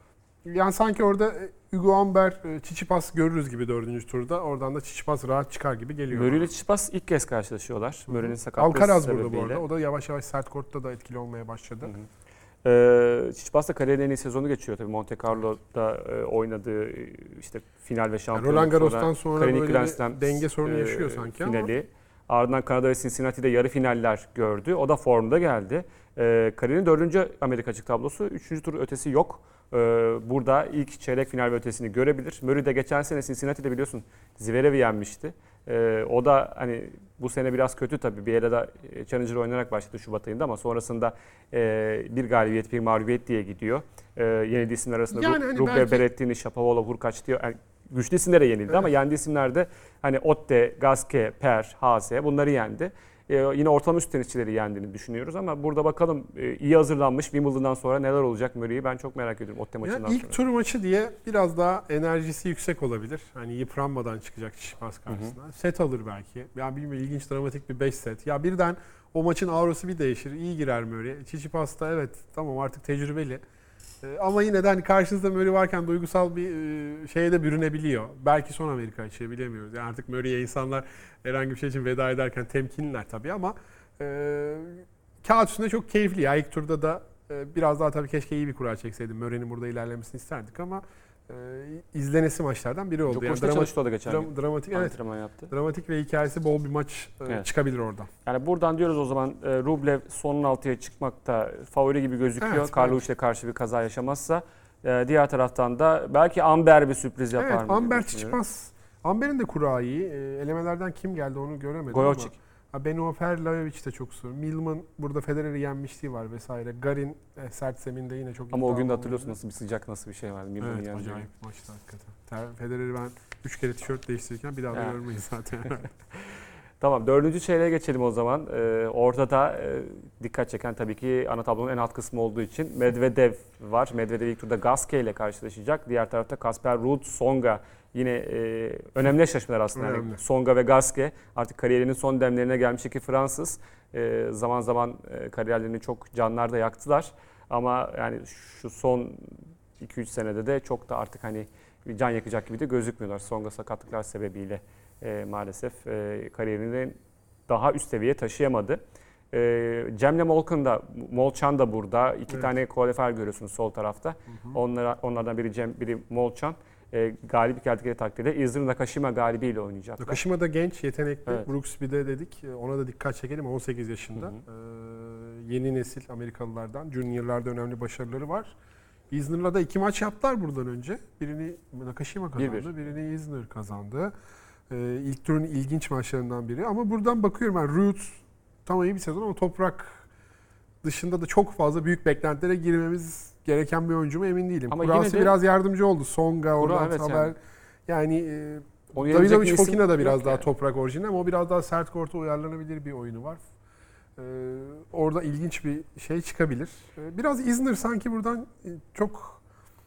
yani sanki orada Hugo Humbert, e, Tsitsipas görürüz gibi dördüncü turda. Oradan da Tsitsipas rahat çıkar gibi geliyor. Murray ile Tsitsipas ilk kez karşılaşıyorlar. Murray'nin sakatlığı Alcaraz burada bu sebebiyle. arada. O da yavaş yavaş sert kortta da etkili olmaya başladı. Hı hı. Ee, Tsitsipas da kariyerinin en iyi sezonu geçiyor tabii. Monte Carlo'da e, oynadığı e, işte final ve Yani şampiyonluk Roland Garros'tan sonra Karinik böyle Grand bir Slam, denge sorunu e, yaşıyor sanki ama. finali. Ardından Kanada ve Cincinnati'de yarı finaller gördü. O da formda geldi. Ee, kariyerinin dördüncü Amerika açık tablosu. Üçüncü tur ötesi yok. Ee, burada ilk çeyrek final ve ötesini görebilir. Murray de geçen sene Cincinnati'de biliyorsun Zverev'i yenmişti. Ee, o da hani bu sene biraz kötü tabii. Bir yere de Challenger oynayarak başladı Şubat ayında ama sonrasında e, bir galibiyet bir mağlubiyet diye gidiyor. E, yenildiği isimler arasında Yani Ru- hani Rublev, belki- Berrettini, Shapovalov, Hurkacz diyor. Yani güçlü isimlere yenildi Evet. ama yendiği isimler de hani Otte, Gasquet, Per, Hase bunları yendi. Ee, yine ortalama üst tenisçileri yendiğini düşünüyoruz ama burada bakalım e, iyi hazırlanmış Wimbledon'dan sonra neler olacak Murray'i ben çok merak ediyorum Otte maçından Ya ilk sonra. tur maçı diye biraz daha enerjisi yüksek olabilir. Hani yıpranmadan çıkacak Tsitsipas karşısına. Set alır belki. Ya bilmiyorum, ilginç dramatik bir beş set. Ya birden o maçın aurası bir değişir. İyi girer Murray. Tsitsipas da evet tamam artık tecrübeli. Ee, ama yine de hani karşınızda Murray varken duygusal bir e, şeye de bürünebiliyor. Belki son Amerika için bilemiyoruz. Yani artık Murray'e insanlar herhangi bir şey için veda ederken temkinliler tabii ama e, kağıt üstünde çok keyifli ya. İlk turda da e, biraz daha tabii keşke iyi bir kura çekseydim. Murray'nin burada ilerlemesini isterdik ama e, izlenesi maçlardan biri oldu. Djokovic'le drama- çalıştı o da geçen dram- gün. dramatik evet. Antrenman yaptı. Dramatik ve hikayesi bol bir maç e, Evet. çıkabilir oradan. Yani buradan diyoruz o zaman e, Rublev sonun altıya çıkmakta favori gibi gözüküyor. Evet, Karlovic'le karşı bir kaza yaşamazsa. E, diğer taraftan da belki Amber bir sürpriz yapar Evet, mı? diye Amber düşünüyorum. Tsitsipas. Amber'in de kura iyi. E, elemelerden kim geldi onu göremedim Gojocic. ama. Ha, Beno Ferlajovic de çok zor. Milman burada Federer'i yenmişliği var vesaire. Garin e, sert zeminde yine çok Ama o gün de iddialı hatırlıyorsun oynadı. nasıl bir sıcak nasıl bir şey vardı. Milman'ın Evet, yendiği. acayip maçtı hakikaten. Ter- Federer'i ben üç kere tişört değiştirirken bir daha da Evet. görmeyiz zaten. Tamam dördüncü çeyreğe geçelim o zaman. Ee, ortada e, dikkat çeken tabii ki ana tablonun en alt kısmı olduğu için Medvedev var. Medvedev ilk turda Gasquet ile karşılaşacak. Diğer tarafta Casper Ruud, Tsonga. Yine e, önemli eşleşmeler aslında. Yani Önemli. Tsonga ve Gasquet artık kariyerinin son demlerine gelmiş iki Fransız. E, zaman zaman e, kariyerlerini çok canlarda yaktılar. Ama yani şu son iki üç senede de çok da artık hani bir can yakacak gibi de gözükmüyorlar. Tsonga sakatlıklar sebebiyle e, maalesef e, kariyerini daha üst seviyeye taşıyamadı. E, Cem'le Molcan da, Molcan da burada. İki Evet. tane qualifier görüyorsunuz sol tarafta. Hı hı. Onlara, onlardan biri Cem, biri Molcan. E, galip geldikleri takdirde Isner Nakashima galibiyle oynayacaklar. Nakashima da genç, yetenekli. Evet. Brooks bir de dedik. Ona da dikkat çekelim. on sekiz yaşında. Hı hı. Ee, yeni nesil Amerikalılardan. Junior'larda önemli başarıları var. Isner'la da iki maç yaptılar buradan önce. Birini Nakashima kazandı, Bir bir. birini Isner kazandı. Ee, ilk turun ilginç maçlarından biri. Ama buradan bakıyorum ben Ruud tam iyi bir sezon ama Toprak dışında da çok fazla büyük beklentilere girmemiz gereken bir oyuncu mu emin değilim. Ama Kurası yine de- biraz yardımcı oldu. Songa oradan evet haber. yani. Yani, e, Onu yenecek Davidovic bir isim Fokina da biraz yok daha yani. Toprak orijinal ama o biraz daha sert korta uyarlanabilir bir oyunu var. Ee, orada ilginç bir şey çıkabilir. Ee, biraz Isner sanki buradan e, çok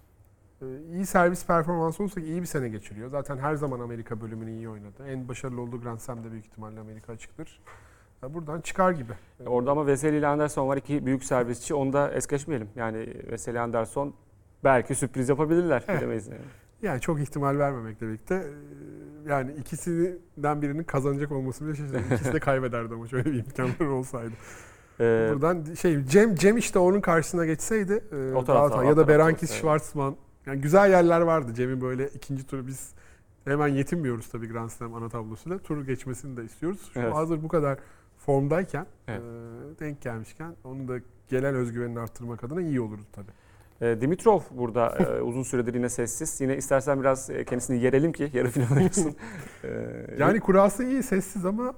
e, iyi servis performansı olsa iyi bir sene geçiriyor. Zaten her zaman Amerika bölümünü iyi oynadı. En başarılı olduğu Grand Slam'de büyük ihtimalle Amerika açıktır. Ya buradan çıkar gibi. Orada ama Veseli ile Anderson var. İki büyük servisçi. Onu da es geçmeyelim. Yani Veseli Anderson belki sürpriz yapabilirler. Evet. Bilemeyiz yani. Yani çok ihtimal vermemekle birlikte e, yani ikisinden birinin kazanacak olması bile şaşırdım. İkisi de kaybederdi ama şöyle bir imkanları olsaydı. Ee, Buradan şey Cem Cem işte onun karşısına geçseydi e, O tarafta, Galatasaray o ya da tarafta Berankis olsaydı. Schwartzman yani güzel yerler vardı. Cem'in böyle ikinci turu biz hemen yetinmiyoruz tabii Grand Slam ana tablosuyla. Tur geçmesini de istiyoruz. Şu Evet. hazır bu kadar formdayken Evet. e, denk gelmişken onu da gelen özgüvenini arttırmak adına iyi olurdu tabii. e, Dimitrov burada e, uzun süredir yine sessiz. Yine istersen biraz e, kendisini yerelim ki yarı final oynasın. E, Yani kurası iyi, sessiz ama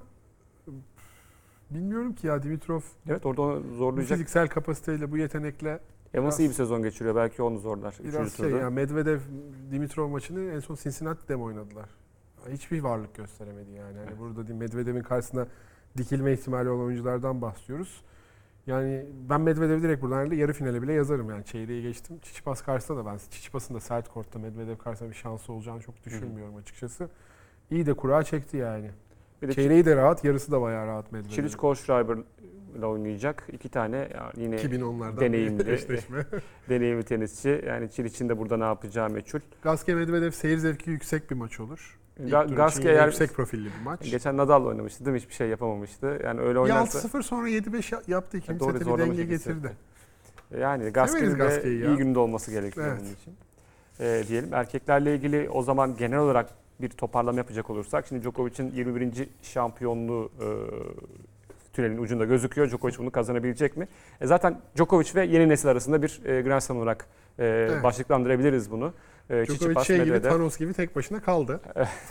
bilmiyorum ki ya Dimitrov evet orada onu bu zorlayacak. fiziksel kapasiteyle, bu yetenekle Evans biraz- iyi bir sezon geçiriyor. Belki onu zorlar. biraz Üçüncü şey turda. ya Medvedev Dimitrov maçını en son Cincinnati'de mi oynadılar? Hiçbir varlık gösteremedi yani. Hani burada değil, Medvedev'in karşısına dikilme ihtimali olan oyunculardan bahsediyoruz. Yani ben Medvedev'i direkt buradan herhalde yarı finale bile yazarım yani. Çeyreği geçtim. Tsitsipas karşısında da ben Tsitsipas'ın da sert kortta Medvedev karşısında bir şansı olacağını çok düşünmüyorum açıkçası. İyi de kura çekti yani. Bir de Çeyreği de rahat, yarısı da bayağı rahat Medvedev. Çiliç Kohlschreiber ile oynayacak. İki tane yani yine iki bin onlardan deneyimli. bir eşleşme. deneyimli tenisçi. Yani Çiliç'in de burada ne yapacağı meçhul. Gasquet Medvedev seyir zevki yüksek bir maç olur. İlk Ga- tur için Gasquet yine eğer yüksek profilli bir maç. geçen Nadal'la oynamıştı değil mi? Hiçbir şey yapamamıştı. Yani öyle Bir oynarsa altı sıfır sonra yedi beş yaptı. İkinci Doğru, sete bir zorlamış denge iki getirdi. sette. Yani Gasquet'in de Gasquet'i ya. iyi günde olması gerekiyor Evet. bunun için. Ee, diyelim. Erkeklerle ilgili o zaman genel olarak bir toparlama yapacak olursak. Şimdi Djokovic'in yirmi birinci şampiyonluğu e, tünelin ucunda gözüküyor. Djokovic bunu kazanabilecek mi? E, zaten Djokovic ve yeni nesil arasında bir e, Grand Slam olarak e, Evet. başlıklandırabiliriz bunu. E, Djokovic Tsitsipas, şey gibi Medvedev. Thanos gibi tek başına kaldı.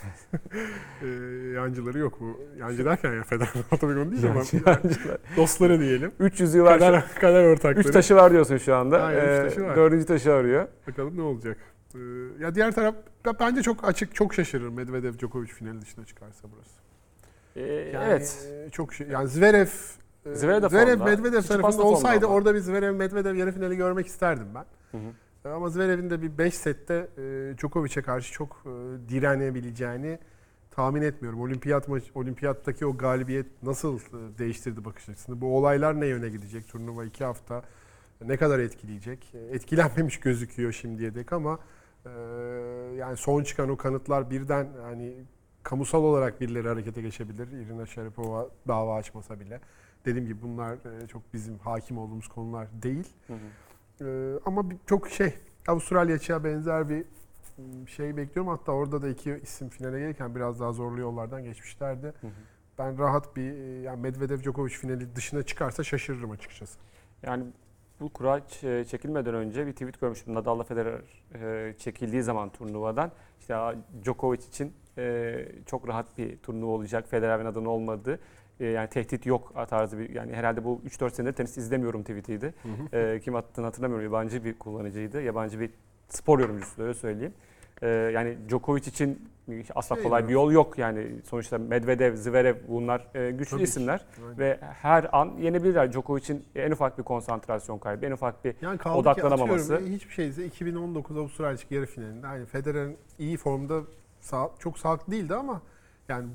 ee, yancıları yok bu. Yancı derken ya Federer tabii onu değil ama Yancılar. dostları diyelim. üç yüz yıl var. Kader, kader ortakları. üç taşı var diyorsun şu anda. Aynen, üç Ee, taşı var. Dördüncü taşı arıyor. Bakalım ne olacak. Ee, ya diğer taraf ya bence çok açık, çok şaşırır Medvedev Djokovic finali dışına çıkarsa burası. Ee, Yani evet. e, çok şey. Yani Zverev e, Zverev de Zverev formda. Medvedev Tsitsipas da tarafında formda olsaydı ama. orada bir Zverev Medvedev yarı finali görmek isterdim ben. Hı hı. E, Ama Zverev'in de bir beş sette e, Djokovic'e karşı çok e, direnebileceğini tahmin etmiyorum. Olimpiyat maç, olimpiyattaki o galibiyet nasıl e, değiştirdi bakış açısını? Bu olaylar ne yöne gidecek? Turnuva iki hafta ne kadar etkileyecek? E, Etkilenmemiş gözüküyor şimdiye dek ama e, yani son çıkan o kanıtlar birden hani kamusal olarak birileri harekete geçebilir. Irina Sharapova dava açmasa bile. Dediğim gibi bunlar e, çok bizim hakim olduğumuz konular değil. Hı hı. E, ama bir- çok şey Avustralya açığa benzer bir m, şey bekliyorum. Hatta orada da iki isim finale gelirken biraz daha zorlu yollardan geçmişlerdi. Hı hı. Ben rahat bir e, yani Medvedev Djokovic finali dışına çıkarsa şaşırırım açıkçası. Yani bu kura ç- çekilmeden önce bir tweet görmüştüm. Nadal'la Federer e, çekildiği zaman turnuvadan işte "Aa, Djokovic için e, çok rahat bir turnuva olacak. Federer ve Nadal'ın olmadığı e, yani tehdit yok tarzı bir yani herhalde bu üç dört senedir tenis izlemiyorum tweetiydi. E, kim attığını hatırlamıyorum. Yabancı bir kullanıcıydı. Yabancı bir spor yorumcusu öyle söyleyeyim. E, yani Djokovic için asla Şey kolay mi? bir yol yok yani sonuçta Medvedev, Zverev bunlar e, güçlü Tabii ki. isimler. Aynen. Ve her an yenebilirler. Djokovic'in en ufak bir konsantrasyon kaybı, en ufak bir Yani kaldı ki odaklanamaması. atıyorum hiçbir şeyse iki bin on dokuz Avustralya açık yarı finalinde hani Federer'in iyi formda sağ, çok sağlıklı değildi ama yani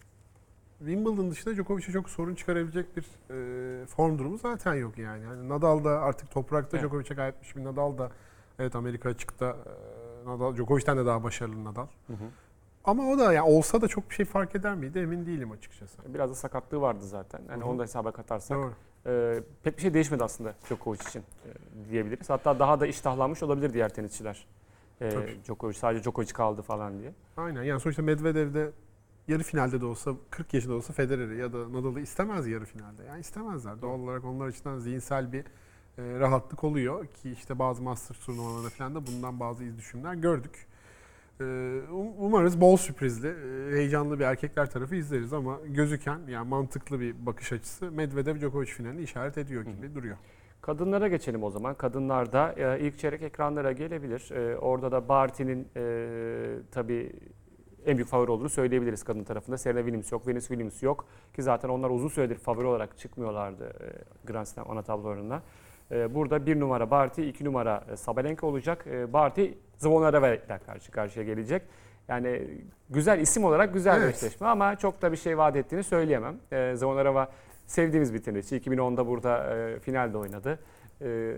Wimbledon dışında Djokovic'e çok sorun çıkarabilecek bir e, form durumu zaten yok yani. yani Nadal da artık toprakta Evet. Djokovic'e kaybetmiş bir Nadal da evet Amerika açıkta e, Nadal Djokovic'ten de daha başarılı Nadal. Hı hı. Ama o da yani olsa da çok bir şey fark eder miydi emin değilim açıkçası. Biraz da sakatlığı vardı zaten. Yani Hı hı. onu da hesaba katarsak Doğru. e, pek bir şey değişmedi aslında Djokovic için e, diyebiliriz. Hatta daha da iştahlanmış olabilir diğer tenisçiler. E, Tabii. Djokovic sadece Djokovic kaldı falan diye. Aynen yani sonuçta Medvedev'de yarı finalde de olsa kırk yaşında olsa Federer'i ya da Nadal'ı istemez yarı finalde. Yani istemezler. Doğal olarak onlar açısından zihinsel bir e, rahatlık oluyor ki işte bazı Masters turnuvalarında falan da bundan bazı iz düşümler gördük. E, um- umarız bol sürprizli, e, heyecanlı bir erkekler tarafı izleriz ama gözüken yani mantıklı bir bakış açısı Medvedev Djokovic finalini işaret ediyor gibi Hı hı. duruyor. Kadınlara geçelim o zaman. Kadınlarda e, ilk çeyrek ekranlara gelebilir. E, orada da Barty'nin e, tabii en büyük favori olduğunu söyleyebiliriz kadın tarafında. Serena Williams yok, Venus Williams yok. Ki zaten onlar uzun süredir favori olarak çıkmıyorlardı e, Grand Slam ana tablolarına. E, burada bir numara Barty, iki numara e, Sabalenka olacak. E, Barty Zvonareva ile karşı karşıya gelecek. Yani güzel isim olarak güzel bir Evet. eşleşme ama çok da bir şey vaat ettiğini söyleyemem. E, Zvonareva sevdiğimiz bir tenisçi. iki bin onda burada e, finalde oynadı. E,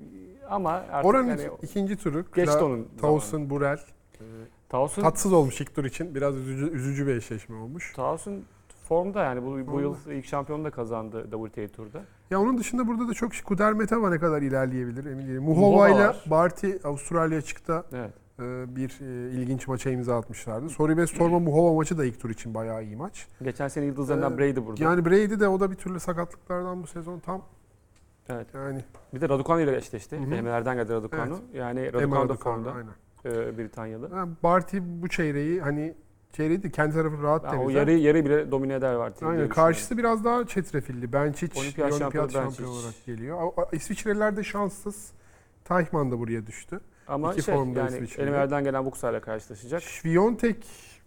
ama artık Oranın yani ik- ikinci turu geçti Kla- onun Towson Burel. e, Tauson Tatsız olmuş ilk tur için. Biraz üzücü, üzücü bir eşleşme olmuş. Tauson formda yani bu, bu Formda. yıl ilk şampiyonu da kazandı W T A turda. Ya onun dışında burada da çok şey- Kudermetova ne kadar ilerleyebilir emin değilim. Muhova Muhova ile var. Barty Avustralya açıkta Evet. e, bir e, ilginç maça imza atmışlardı. Soribes Torma Muhova maçı da ilk tur için bayağı iyi maç. Geçen sene yıldızlarından Ee, Brady burada. Yani Brady de o da bir türlü sakatlıklardan bu sezon tam Evet. yani Bir de Raducanu ile eşleşti. Hı hı. B M W'lerden geldi Raducanu. Yani Raducanu da Raducanu, formda. aynen. E, Britanyalı. Yani Barty bu çeyreği hani çeyreği de kendi tarafı rahat Yani o temizler. yarı yarı bile domine eder var. diye Aynen. düşünüyorum. Karşısı biraz daha çetrefilli. Benčić Olimpiyat olimpiyat, şampiyonu şampiyonu Benčić. olarak geliyor. A- a- İsviçreliler de şanssız. Teichmann da buraya düştü. Ama İki şey formda yani İsviçre'de. Elimer'den gelen Buxa ile karşılaşacak. Sviontek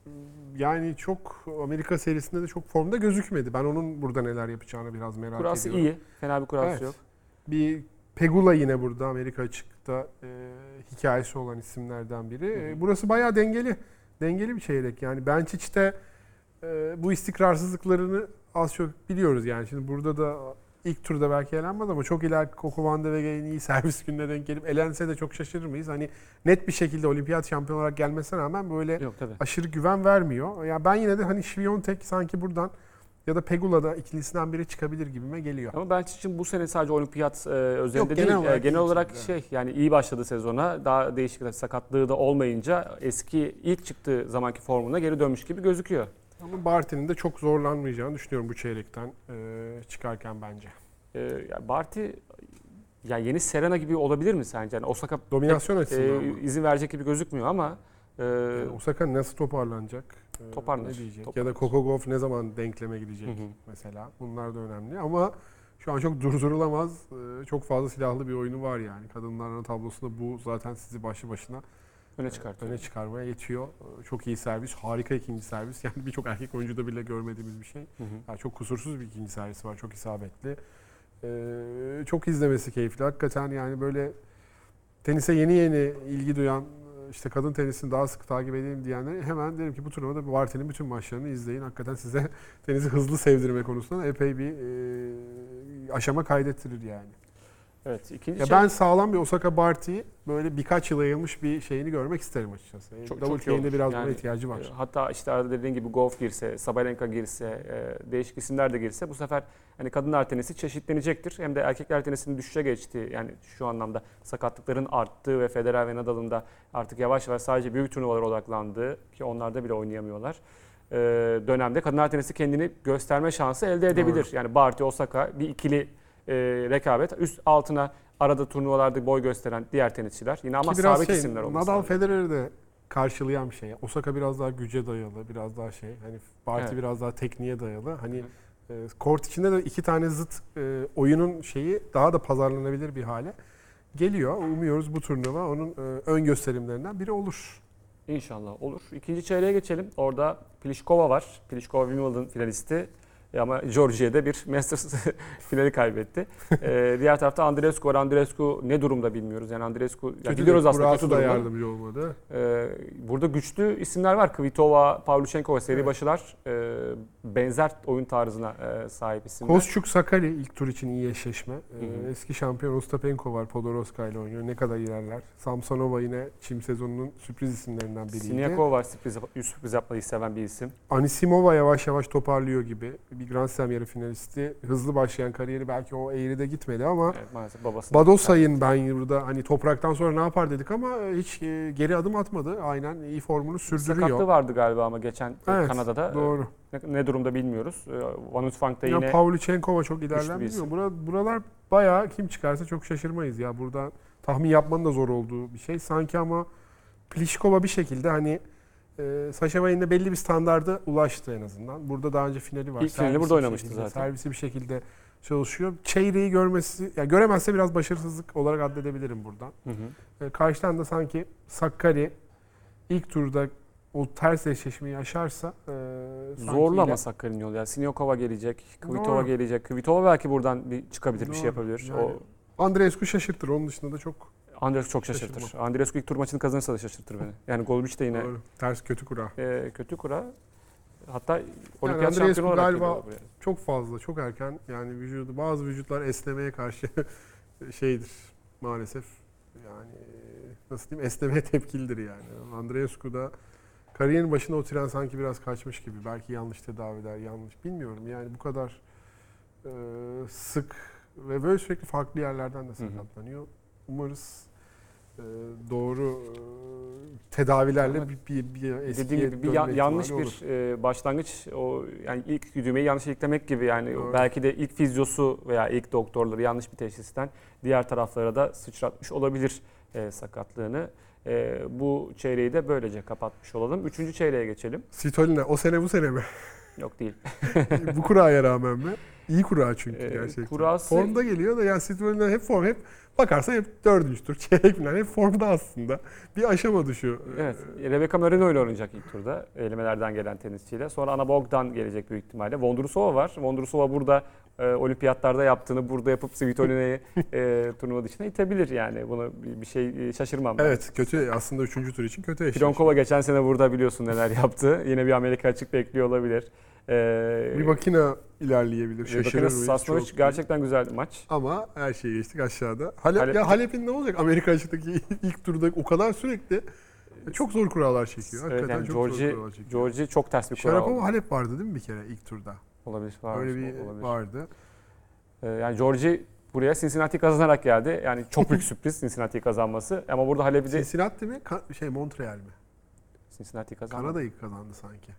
yani çok Amerika serisinde de çok formda gözükmedi. Ben onun burada neler yapacağını biraz merak Kurası ediyorum. iyi. Fena bir kurası Evet. yok. Bir Pegula yine burada Amerika açıkta e, hikayesi olan isimlerden biri. Hı E, hı. burası bayağı dengeli. Dengeli bir çeyrek. Yani Benčić'te e, bu istikrarsızlıklarını az çok biliyoruz yani. Şimdi burada da ilk turda belki elenmez ama çok ileriki Coco van de Wege'nin iyi servis gününe denk gelip elense de çok şaşırır mıyız? Hani net bir şekilde olimpiyat şampiyonu olarak gelmesine rağmen böyle Yok tabii. aşırı güven vermiyor. Ya ben yine de hani Sviontek sanki buradan ya da Pegula'da ikilisinden biri çıkabilir gibime geliyor. Ama ben için bu sene sadece olimpiyat e, özelinde Yok, değil. genel e, olarak genel iyi olarak çıktı, şey yani iyi başladı sezona. Daha değişik bir sakatlığı da olmayınca eski ilk çıktığı zamanki formuna geri dönmüş gibi gözüküyor. Ama Barty'nin de çok zorlanmayacağını düşünüyorum bu çeyrekten e, çıkarken bence. E, yani Barty yani yeni Serena gibi olabilir mi sence? Yani Osaka Dominasyon pek, açısından e, mı? izin verecek gibi gözükmüyor ama e, Yani Osaka nasıl toparlanacak? E, Toparlanır, Ne diyecek? toparlanır. Ya da Coco Gauff ne zaman denkleme gidecek Hı hı. mesela? Bunlar da önemli ama şu an çok durdurulamaz. e, Çok fazla silahlı bir oyunu var yani. Kadınların tablosunda bu zaten sizi başlı başına öne çıkartıyor. Öne çıkarmaya yetiyor. Çok iyi servis, harika ikinci servis. Yani birçok erkek oyuncuda bile görmediğimiz bir şey. Hı hı. Yani çok kusursuz bir ikinci servisi var, çok isabetli. Ee, çok izlemesi keyifli. Hakikaten yani böyle tenise yeni yeni ilgi duyan, işte kadın tenisini daha sık takip edeyim diyenler hemen derim ki bu turnuvada Barty'nin bütün maçlarını izleyin. Hakikaten size tenisi hızlı sevdirme konusunda epey bir e, aşama kaydettirir yani. Evet, ikinci Ya şey... ben sağlam bir Osaka Barty'yi böyle birkaç yıla yayılmış bir şeyini görmek isterim açıkçası. Çok, Double çok iyi olur. K'de biraz Yani, buna ihtiyacı var. e, Hatta işte arada dediğin gibi Gauff girse, Sabalenka girse, e, değişik isimler de girse bu sefer hani kadınlar tenisi çeşitlenecektir. Hem de erkekler tenisinin düşüşe geçtiği, yani şu anlamda sakatlıkların arttığı ve Federer ve Nadal'ın da artık yavaş yavaş sadece büyük turnuvalara odaklandığı, ki onlarda bile oynayamıyorlar, e, dönemde kadınlar tenisi kendini gösterme şansı elde edebilir. Doğru. Yani Barty, Osaka bir ikili e, rekabet. Üst altına arada turnuvalarda boy gösteren diğer tenisçiler. Yine ama Ki biraz sabit şey, isimler olması Nadal lazım. Federer'i de karşılayan bir şey. Osaka biraz daha güce dayalı, biraz daha şey. Hani Barty Evet. biraz daha tekniğe dayalı. Hani Hı. e, kort içinde de iki tane zıt e, oyunun şeyi daha da pazarlanabilir bir hale geliyor. Umuyoruz bu turnuva onun e, ön gösterimlerinden biri olur. İnşallah olur. İkinci çeyreğe geçelim. Orada Pliskova var. Pliskova Wimbledon finalisti. E Ama Georgia'da bir Masters finali kaybetti. Ee, diğer tarafta Andreescu var. Andreescu ne durumda bilmiyoruz. Yani Andreescu ya biliyoruz aslında kurası kötü da durumda. yardımcı olmadı. Ee, burada güçlü isimler var. Kvitova, Pavlyuchenkova seri Evet. başılar. Ee, benzer oyun tarzına e, sahip isimler. Kostyuk Sakari ilk tur için iyi eşleşme. Ee, hı. Eski şampiyon Ostapenko var. Podoroska ile oynuyor. Ne kadar ilerler. Samsonova yine çim sezonunun sürpriz isimlerinden biriydi. Siniakova var. Sürpriz, sürpriz yapmayı seven bir isim. Anisimova yavaş yavaş toparlıyor gibi. Bir Grand Slam yarı finalisti. Hızlı başlayan kariyeri belki o eğride gitmedi ama Evet, maalesef babası. Badosay'ın ben burada hani topraktan sonra ne yapar dedik ama hiç e, geri adım atmadı. Aynen iyi formunu sürdürüyor. Sakatlığı vardı galiba ama geçen Evet, Kanada'da. doğru. Ne, ne durumda bilmiyoruz. Van Uytvanck da Ya yine Pavlyuchenkova çok güçlü ilerler bir isim. bilmiyorum. Bura, buralar bayağı kim çıkarsa çok şaşırmayız ya. Burada tahmin yapmanın da zor olduğu bir şey. Sanki ama Pliskova bir şekilde hani e, Sasha Vayne'de belli bir standarda ulaştı en azından. Burada daha önce finali var. İlk finali Servisi burada bir oynamıştı şekilde, zaten. Servisi bir şekilde çalışıyor. Çeyreği görmesi, ya göremezse biraz başarısızlık olarak addedebilirim buradan. Hı hı. E, karşıdan da sanki Sakkari ilk turda o ters eşleşmeyi aşarsa e, sanki Zorlu iler- ama Sakkari'nin yolu. Yani Siniakova gelecek, Kvitova Doğru. gelecek. Kvitova belki buradan bir çıkabilir, bir şey Doğru. yapabilir. Yani O Andreescu şaşırtır. Onun dışında da çok Andreescu çok şaşırtır. Şaşırmam. Andreescu ilk tur maçını kazanırsa da şaşırtır beni. Yani Golubic de yine doğru. Ters kötü kura. e, kötü kura. Hatta olimpiyat Andreescu şampiyonu olarak galiba- geliyor buraya. Çok fazla, çok erken. Yani vücudu bazı vücutlar esnemeye karşı şeydir maalesef. Yani nasıl diyeyim esnemeye tepkilidir yani. Andreescu da kariyerin başına o tren sanki biraz kaçmış gibi. Belki yanlış tedaviler, yanlış bilmiyorum. Yani bu kadar e, sık ve böyle sürekli farklı yerlerden de hı. sakatlanıyor. Umarız e, doğru e, tedavilerle Ama bir, bir, bir eskiye Dediğim gibi bir dönme ya- ihtimali yanlış olur. bir e, başlangıç, o yani ilk düğmeyi yanlış iliklemek gibi, yani Doğru. belki de ilk fizyosu veya ilk doktorları yanlış bir teşhisten diğer taraflara da sıçratmış olabilir e, sakatlığını. E, bu çeyreği de böylece kapatmış olalım. Üçüncü çeyreğe geçelim. Svitolina o sene bu sene mi? Yok değil. Bu kuraya rağmen mi? İyi kura çünkü Ee, gerçekten. kurası- Formda geliyor da yani Svitolina hep form, hep bakarsan hep dördüncü tur, çeyrek final hep formda aslında. Bir aşama düşüyor. Evet, Rebecca Marino ile oynayacak ilk turda elemelerden gelen tenisçiyle. Sonra Ana Bogdan gelecek büyük ihtimalle. Vondrousova var. Vondrousova burada e, olimpiyatlarda yaptığını burada yapıp Svitolina'yı e, turnuva dışına itebilir yani. Buna bir, bir şey e, şaşırmam ben. Evet, kötü aslında üçüncü tur için kötü eşleşme. Pironkova geçen sene burada biliyorsun neler yaptı. Yine bir Amerika açık bekliyor olabilir. Ee, Bir makine ilerleyebilir, Şaşırır şaşırır mıyız? Sasnovic Çok. gerçekten güzel bir maç. Ama her şeyi geçtik aşağıda. Halep, Halep- ya Halep'in ne olacak? Amerika açıktaki ilk turda o kadar sürekli çok zor kurallar çekiyor. Evet, Hakikaten yani çok zor Georgi, kurallar çekiyor. Georgi çok ters bir kural Sharapova oldu. Halep vardı değil mi bir kere ilk turda? Olabilir, var, Öyle bir olabilir. vardı. Ee, yani Georgi buraya Cincinnati kazanarak geldi. Yani çok büyük sürpriz Cincinnati'yi kazanması. Ama burada Halep'i de Cincinnati mi? Ka- şey Montreal mi? Cincinnati kazandı. Kanada'yı kazandı sanki.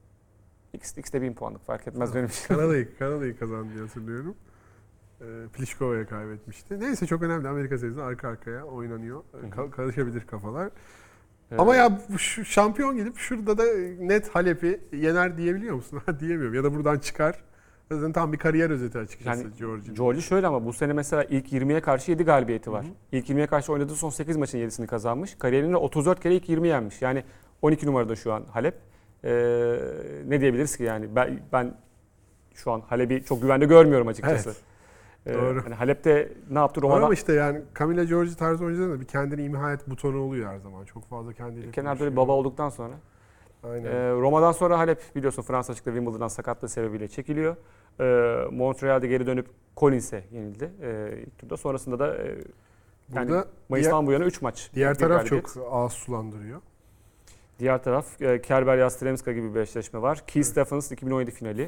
X, X'de bin puanlık fark etmez benim için. Kanada'yı Kanada'yı kazandı diye hatırlıyorum. Ee, Pliškova'ya kaybetmişti. Neyse çok önemli. Amerika serisinde arka arkaya oynanıyor. Ka- karışabilir kafalar. Ee, Ama ya bu şu şampiyon gidip şurada da net Halep'i yener diyebiliyor musun? Diyemiyorum. Ya da buradan çıkar. Zaten tam bir kariyer özeti açıkçası Yani George'un. George şöyle ama bu sene mesela ilk yirmiye karşı yedi galibiyeti var. Hı hı. İlk yirmiye karşı oynadığı son sekiz maçın yedisini kazanmış. Kariyerinde otuz dört kere ilk yirmi yenmiş. Yani on iki numarada şu an Halep. Ee, ne diyebiliriz ki yani ben, ben şu an Halep'i çok güvende görmüyorum açıkçası. Evet. Ee, Doğru. hani Halep'te ne yaptı Roma'da... Ama Roma'dan? işte yani Camila Giorgi tarzı oyuncuların da bir kendini imha et butonu oluyor her zaman. Çok fazla kendiyle Kenarda konuşuyor. bir baba olduktan sonra. Aynen. Ee, Roma'dan sonra Halep biliyorsun Fransa açıkta Wimbledon'dan sakatlığı sebebiyle çekiliyor. Ee, Montreal'de geri dönüp Collins'e yenildi ee, ilk turda. Sonrasında da e, yani Burada Mayıs'tan diğer, bu yana üç maç. diğer bir taraf galibiyet. çok ağız sulandırıyor. Diğer taraf e, Kerber Yastremska gibi bir eşleşme var. Keith Stephens iki bin on yedi finali.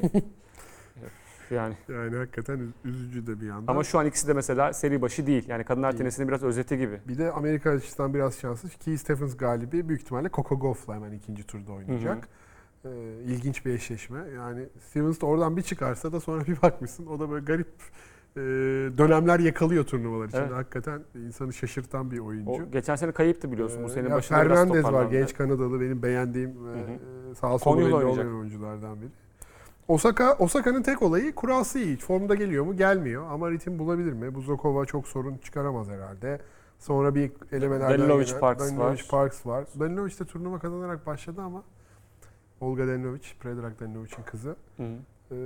yani Yani hakikaten üz- üzücü de bir yandan. ama şu an ikisi de mesela seri başı değil. Yani kadınlar Değil. tenisinin biraz özeti gibi. Bir de Amerika açısından biraz şanslı. Keith Stephens galibi büyük ihtimalle Coco Gauff'la hemen ikinci turda oynayacak. Ee, ilginç bir eşleşme. Yani Stevens de oradan bir çıkarsa da sonra bir bakmışsın o da böyle garip e, dönemler yakalıyor turnuvalar içinde. Evet. Hakikaten insanı şaşırtan bir oyuncu. O geçen sene kayıptı biliyorsun. Bu Ee, senenin ya başında biraz Fernandez var, toparlandı. genç Kanadalı, benim beğendiğim ve Hı e, sağ solu Konya'da belli oynayacak. olmayan oyunculardan biri. Osaka, Osaka'nın tek olayı kurası iyi. Formda geliyor mu? Gelmiyor. Ama ritim bulabilir mi? Buzokova çok sorun çıkaramaz herhalde. Sonra bir elemelerden Danilovic gelen Parks Danilovic var. Parks var. Danilovic de turnuva kazanarak başladı ama Olga Danilovic, Predrag Danilovic'in kızı. Hı hı. Ee,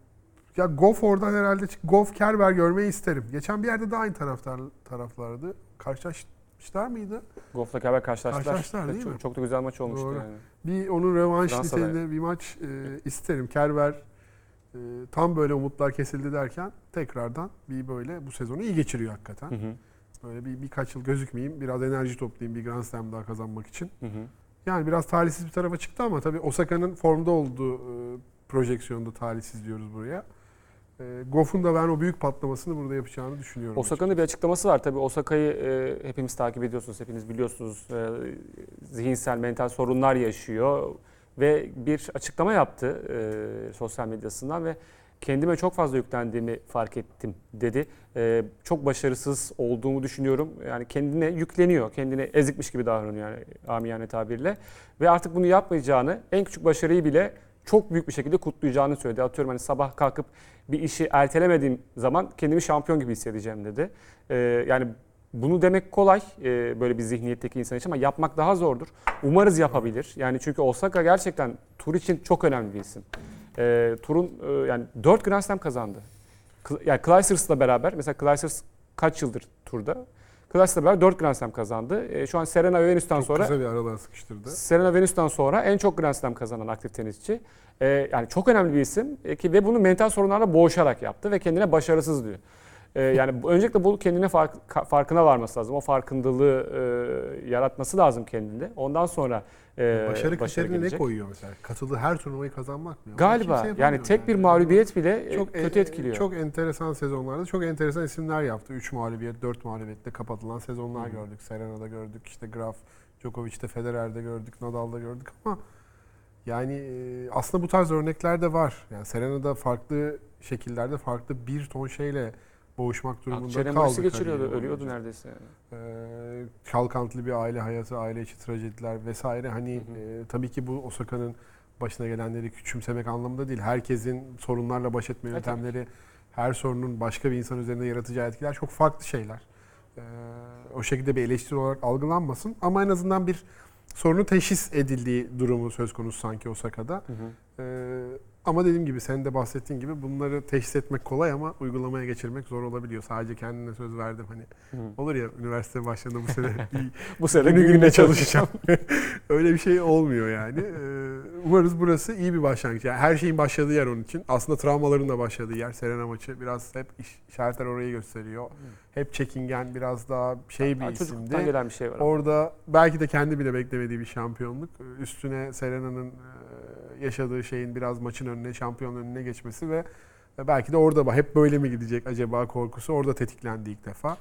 ya Goff oradan herhalde Goff Kerber görmeyi isterim. Geçen bir yerde de aynı taraftar taraflardı. Karşılaşmışlar mıydı? Goff'la Kerber karşılaştılar. Karşılaştılar değil çok, mi? çok da güzel maç olmuştu Doğru. yani. Bir onun rövanş Fransa'da. niteliğinde bir maç e, isterim. Kerber e, tam böyle umutlar kesildi derken tekrardan bir böyle bu sezonu iyi geçiriyor hakikaten. Hı hı. Böyle bir birkaç yıl gözükmeyeyim, biraz enerji toplayayım bir Grand Slam daha kazanmak için. Hı hı. Yani biraz talihsiz bir tarafa çıktı ama tabii Osaka'nın formda olduğu e, projeksiyonda talihsiz diyoruz buraya. E, Goff'un da ben o büyük patlamasını burada yapacağını düşünüyorum. Osaka'nın bir açıklaması var tabii. Osaka'yı e, hepimiz takip ediyorsunuz, hepiniz biliyorsunuz. E, zihinsel, mental sorunlar yaşıyor ve bir açıklama yaptı e, sosyal medyasından ve kendime çok fazla yüklendiğimi fark ettim dedi. E, çok başarısız olduğumu düşünüyorum. Yani kendine yükleniyor, kendine ezikmiş gibi davranıyor yani amiyane tabirle. Ve artık bunu yapmayacağını, en küçük başarıyı bile çok büyük bir şekilde kutlayacağını söyledi. Atıyorum hani sabah kalkıp bir işi ertelemediğim zaman kendimi şampiyon gibi hissedeceğim dedi. Ee, yani bunu demek kolay e, böyle bir zihniyetteki insan için ama yapmak daha zordur. Umarız yapabilir. Yani çünkü Osaka gerçekten tur için çok önemli bir isim. Ee, turun e, yani dört Grand Slam kazandı. Kl- yani Clijsters'la beraber mesela Clijsters kaç yıldır turda? Clijsters'la beraber dört Grand Slam kazandı. E, şu an Serena ve Venus'tan Çok sonra kısa bir aralığa sıkıştırdı. Serena Venus'tan sonra en çok Grand Slam kazanan aktif tenisçi. Ee, yani çok önemli bir isim ee, ki ve bunu mental sorunlarla boğuşarak yaptı ve kendine başarısız diyor. Ee, yani bu- öncelikle bu kendine fark, ka- farkına varması lazım. O farkındalığı e, yaratması lazım kendinde. Ondan sonra e, Başarı kriterini ne gelecek. koyuyor mesela? Katıldığı her turnuvayı kazanmak mı? Onu Galiba kimse yapamıyor yani tek bir mağlubiyet bile e, çok kötü e- etkiliyor. Çok enteresan sezonlarda çok enteresan isimler yaptı. üç mağlubiyet, dört mağlubiyetle kapatılan sezonlar Hı. gördük. Serena'da gördük, işte Graf, Djokovic'te, Federer'de gördük, Nadal'da gördük ama yani e, aslında bu tarz örnekler de var. Yani Serena'da farklı şekillerde farklı bir ton şeyle boğuşmak durumunda Akciğer kaldı. embolisi geçiriyordu, kariyeri ölüyordu boyunca. neredeyse. Yani. Ee, çalkantılı bir aile hayatı, aile içi trajediler vesaire. Hani Hı hı. e, tabii ki bu Osaka'nın başına gelenleri küçümsemek anlamında değil. Herkesin sorunlarla baş etme Evet, yöntemleri, her sorunun başka bir insan üzerinde yaratacağı etkiler çok farklı şeyler. Ee, o şekilde bir eleştiri olarak algılanmasın. Ama en azından bir sorunun teşhis edildiği durumu söz konusu sanki Osaka'da. Hı hı. Ee, ama dediğim gibi senin de bahsettiğin gibi bunları teşhis etmek kolay ama uygulamaya geçirmek zor olabiliyor. Sadece kendine söz verdim hani. Hı. Olur ya üniversite başladığında bu sene bir Bu sene günü gününe gününe çalışacağım. çalışacağım. Öyle bir şey olmuyor yani. Ee, umarız burası iyi bir başlangıç. Yani her şeyin başladığı yer onun için. Aslında travmaların da başladığı yer. Serena maçı biraz hep iş- işaretler orayı gösteriyor. Hep çekingen, biraz daha şey bir Yani isimdi. çocukluktan gelen bir şey var. ama. Orada belki de kendi bile beklemediği bir şampiyonluk. Üstüne Serena'nın e, yaşadığı şeyin biraz maçın önüne, şampiyonun önüne geçmesi ve belki de orada hep böyle mi gidecek acaba korkusu orada tetiklendi ilk defa.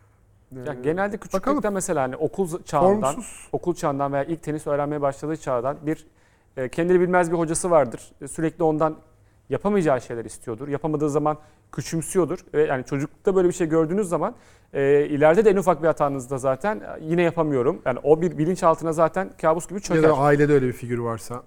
Ya Ee, genelde küçüklükte bakalım. mesela hani okul çağından, Formsuz. okul çağından veya ilk tenis öğrenmeye başladığı çağdan bir e, kendini bilmez bir hocası vardır. E, Sürekli ondan yapamayacağı şeyler istiyordur. Yapamadığı zaman küçümsüyordur. Ve yani çocuklukta böyle bir şey gördüğünüz zaman e, ileride de en ufak bir hatanızda zaten e, yine yapamıyorum. Yani o bir bilinçaltına zaten kabus gibi çöker. Ya da ailede öyle bir figür varsa.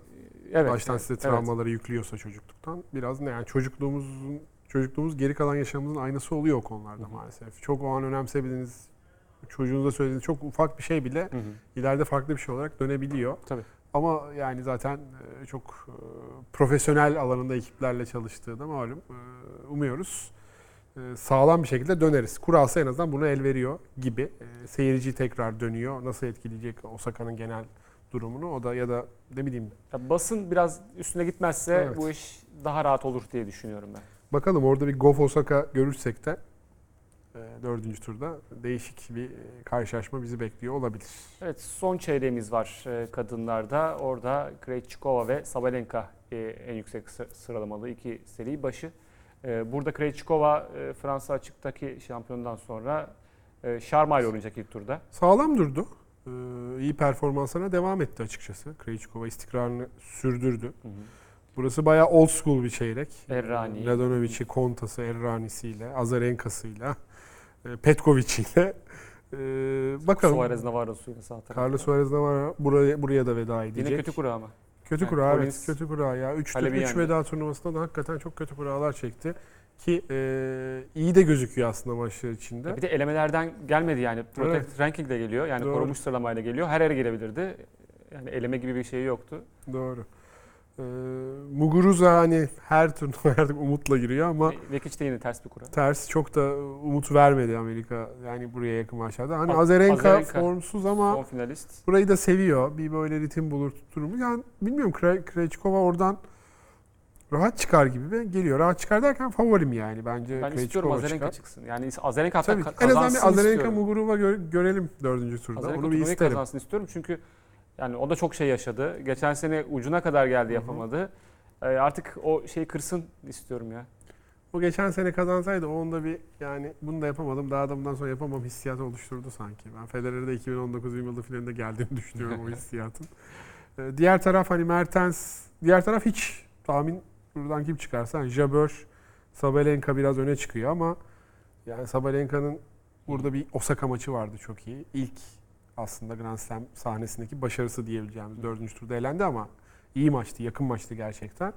Evet, baştan evet, size evet. travmaları yüklüyorsa çocukluktan biraz ne yani çocukluğumuzun çocukluğumuz geri kalan yaşamımızın aynası oluyor o konularda Hı hı. maalesef. Çok o an önemsemediğiniz, çocuğunuza söylediğiniz çok ufak bir şey bile Hı hı. ileride farklı bir şey olarak dönebiliyor. Tabii. Ama yani zaten e, çok e, profesyonel alanında ekiplerle çalıştığı da malum. E, Umuyoruz e, sağlam bir şekilde döneriz. Kurası en azından buna el veriyor gibi. E, Seyirci tekrar dönüyor. Nasıl etkileyecek Osaka'nın genel durumunu o da ya da ne bileyim. Ya basın biraz üstüne gitmezse Evet. bu iş daha rahat olur diye düşünüyorum ben. Bakalım orada bir Goff Osaka görürsek de e, dördüncü turda değişik bir e, karşılaşma bizi bekliyor olabilir. Evet, son çeyreğimiz var e, kadınlarda. Orada Krejcikova ve Sabalenka e, en yüksek sı- sıralamalı iki seri başı. E, Burada Krejcikova e, Fransa açıktaki şampiyondan sonra e, Sharma ile oynayacak ilk turda. Sağlam durdu. Ee, iyi performanslarına devam etti açıkçası. Krejcikova istikrarını sürdürdü. Hı hı. Burası bayağı old school bir çeyrek. Errani. Radonovic'i, Konta'sı, Errani'siyle, Azarenka'sıyla, e, Petkovic'iyle. Ee, bakalım. Suarez Navarro'suyla sağ tarafta. Carlos Suarez Navarro buraya, buraya da veda edecek. Yine kötü kura ama. Kötü Yani kura evet. Collins, Kötü kura ya. üç Halep'i üç yendi. veda turnuvasında da hakikaten çok kötü kuralar çekti. Ki e, iyi de gözüküyor aslında maçlar içinde. Bir de elemelerden gelmedi yani. Protect Evet. ranking ile geliyor. Yani Doğru. korunmuş sıralamayla geliyor. Her yere gelebilirdi. Yani eleme gibi bir şey yoktu. Doğru. Ee, Muguruza hani her turnuva artık umutla giriyor ama Vekic de yine ters bir kura. ters çok da umut vermedi Amerika yani buraya yakın maçlarda. Hani A- Azarenka, Azarenka formsuz ama Son finalist. burayı da seviyor. Bir böyle ritim bulur tutur mu? Yani bilmiyorum Kre- Krejcikova oradan rahat çıkar gibi ve geliyor. Rahat çıkar derken favorim yani bence Ben istiyorum Krejcikova Azarenka çıkar. çıksın. Yani Azarenka hatta Tabii ka- ki. En azından kazansın bir Azarenka istiyorum. Muguruza gö- görelim dördüncü turda. Azarenka Onu bir turnuvayı isterim. kazansın istiyorum çünkü yani o da çok şey yaşadı. Geçen sene ucuna kadar geldi, yapamadı. Ee, artık o şeyi kırsın istiyorum ya. O geçen sene kazansaydı o onda bir yani bunu da yapamadım daha da bundan sonra yapamam hissiyatı oluşturdu sanki. Ben Federer'de iki bin on dokuz Wimbledon finalinde geldiğini düşünüyorum o hissiyatın. Ee, Diğer taraf hani Mertens, diğer taraf hiç tahmin buradan kim çıkarsa hani Jabeur, Sabalenka biraz öne çıkıyor ama yani Sabalenka'nın burada bir Osaka maçı vardı çok iyi. İlk aslında Grand Slam sahnesindeki başarısı diyebileceğimiz dördüncü turda elendi ama iyi maçtı, yakın maçtı gerçekten.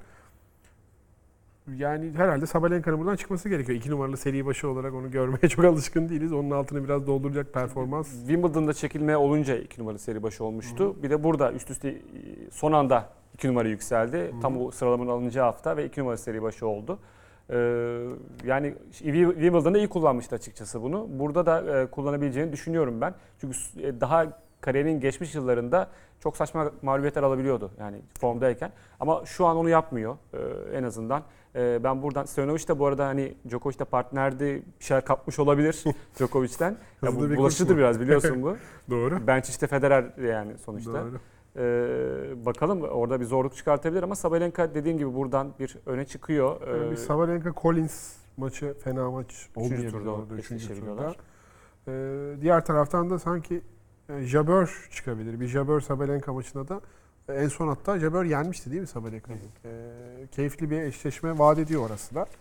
Yani herhalde Sabalenka'nın buradan çıkması gerekiyor. İki numaralı seri başı olarak onu görmeye çok alışkın değiliz. Onun altını biraz dolduracak performans. Wimbledon'da çekilme olunca iki numaralı seri başı olmuştu. Hı. Bir de burada üst üste son anda iki numara yükseldi. Hı. Tam o sıralamanın alınacağı hafta ve iki numaralı seri başı oldu. Ee, yani Wimbledon'da iyi kullanmıştı açıkçası bunu. Burada da e, kullanabileceğini düşünüyorum ben. Çünkü e, daha kariyerin geçmiş yıllarında çok saçma mağlubiyetler alabiliyordu yani formdayken. Ama şu an onu yapmıyor e, en azından. E, ben buradan Stojanovic de bu arada hani Djokovic de partnerdi, bir şeyler kapmış olabilir Djokovic'ten. Ya Hızlı bu bir bulaşıcıdır kurt mu? biraz biliyorsun bu. Doğru. Bench işte Federer yani sonuçta. Doğru. Ee, bakalım orada bir zorluk çıkartabilir ama Sabalenka dediğim gibi buradan bir öne çıkıyor. Yani bir Ee, Sabalenka Collins maçı fena maç Üçüncü olmayabilir turda orada. Üçüncü turda. eşleşebiliyorlar. Ee, diğer taraftan da sanki e, Jabeur çıkabilir. Bir Jabeur Sabalenka maçında da e, en son hatta Jabeur yenmişti değil mi Sabalenka'yı? Ee, keyifli bir eşleşme vaat ediyor orası da.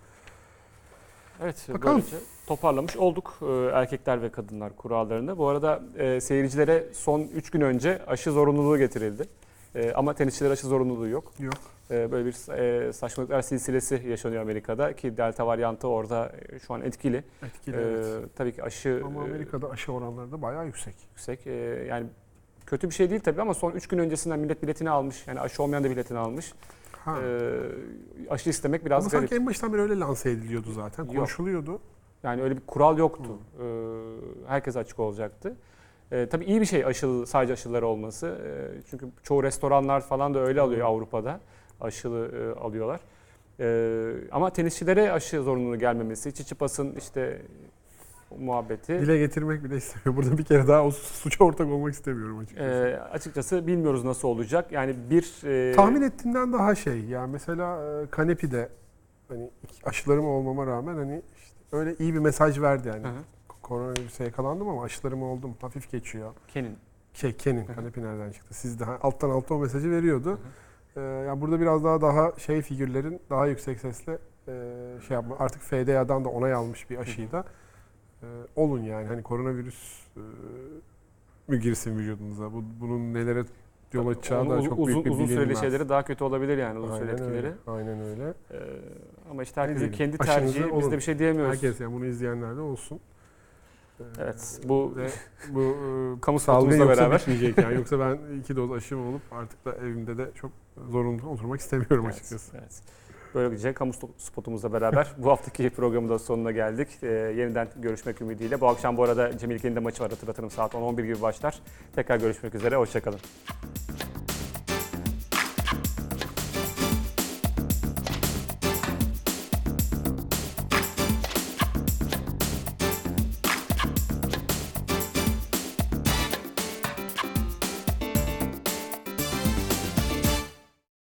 Evet, Bakalım. böylece toparlamış olduk e, erkekler ve kadınlar kurallarını. Bu arada e, seyircilere son üç gün önce aşı zorunluluğu getirildi. E, ama tenisçilere aşı zorunluluğu yok. Yok. E, böyle bir e, saçmalıklar silsilesi yaşanıyor Amerika'da ki delta varyantı orada e, şu an etkili. Etkili E, evet. tabii ki aşı Ama e, Amerika'da aşı oranları da bayağı yüksek. yüksek. E, yani kötü bir şey değil tabii ama son üç gün öncesinden millet biletini almış. Yani aşı olmayan da biletini almış. Ha. E, aşı istemek biraz Ama garip. sanki en baştan beri öyle lanse ediliyordu zaten. Yok. Konuşuluyordu. Yani öyle bir kural yoktu. Ee, herkes açık olacaktı. Ee, tabii iyi bir şey aşılı, sadece aşıları olması. Ee, çünkü çoğu restoranlar falan da öyle alıyor Avrupa'da. Aşılı e, alıyorlar. Ee, ama tenisçilere aşı zorunluluğu gelmemesi, Çiçipas'ın işte muhabbeti. Dile getirmek bile istemiyor. Burada bir kere daha o suça ortak olmak istemiyorum açıkçası. Ee, açıkçası bilmiyoruz nasıl olacak. Yani bir... e, Tahmin ettiğimden daha şey. Yani mesela e, Kanepi'de hani aşılarım olmama rağmen hani işte öyle iyi bir mesaj verdi yani. Hı hı. Koronavirüse yakalandım ama aşılarım oldum. Hafif geçiyor. Kenin. Şey Kenin, Hı hı. Kanepi nereden çıktı? Siz de alttan alta o mesajı veriyordu. Hı hı. Ee, yani burada biraz daha daha şey figürlerin daha yüksek sesle e, şey yapma. Artık F D A'dan da onay almış bir aşıyı da e, olun yani. Hani koronavirüs e, mü girsin vücudunuza? Bu, bunun nelere yol açacağı da Onun çok uzun, büyük bir uzun süreli bilinmez. şeyleri daha kötü olabilir yani uzun süreli Aynen etkileri. öyle. Aynen öyle. Ee, ama işte herkesin diyelim, kendi aşınızı tercihi, biz olun. de bir şey diyemiyoruz. Herkes yani bunu izleyenler de olsun. Ee, Evet, bu ve bu e, kamu salgın spotumuzla yoksa beraber. bitmeyecek yani. Yoksa ben iki doz aşım olup artık da evimde de çok zorunlu oturmak istemiyorum Evet, açıkçası. evet. Böylece kamu spotumuzla beraber bu haftaki programın da sonuna geldik. Ee, yeniden görüşmek ümidiyle. Bu akşam bu arada Cem İlken'in de maçı var, hatırlatırım, saat on on bir gibi başlar. Tekrar görüşmek üzere, hoşçakalın.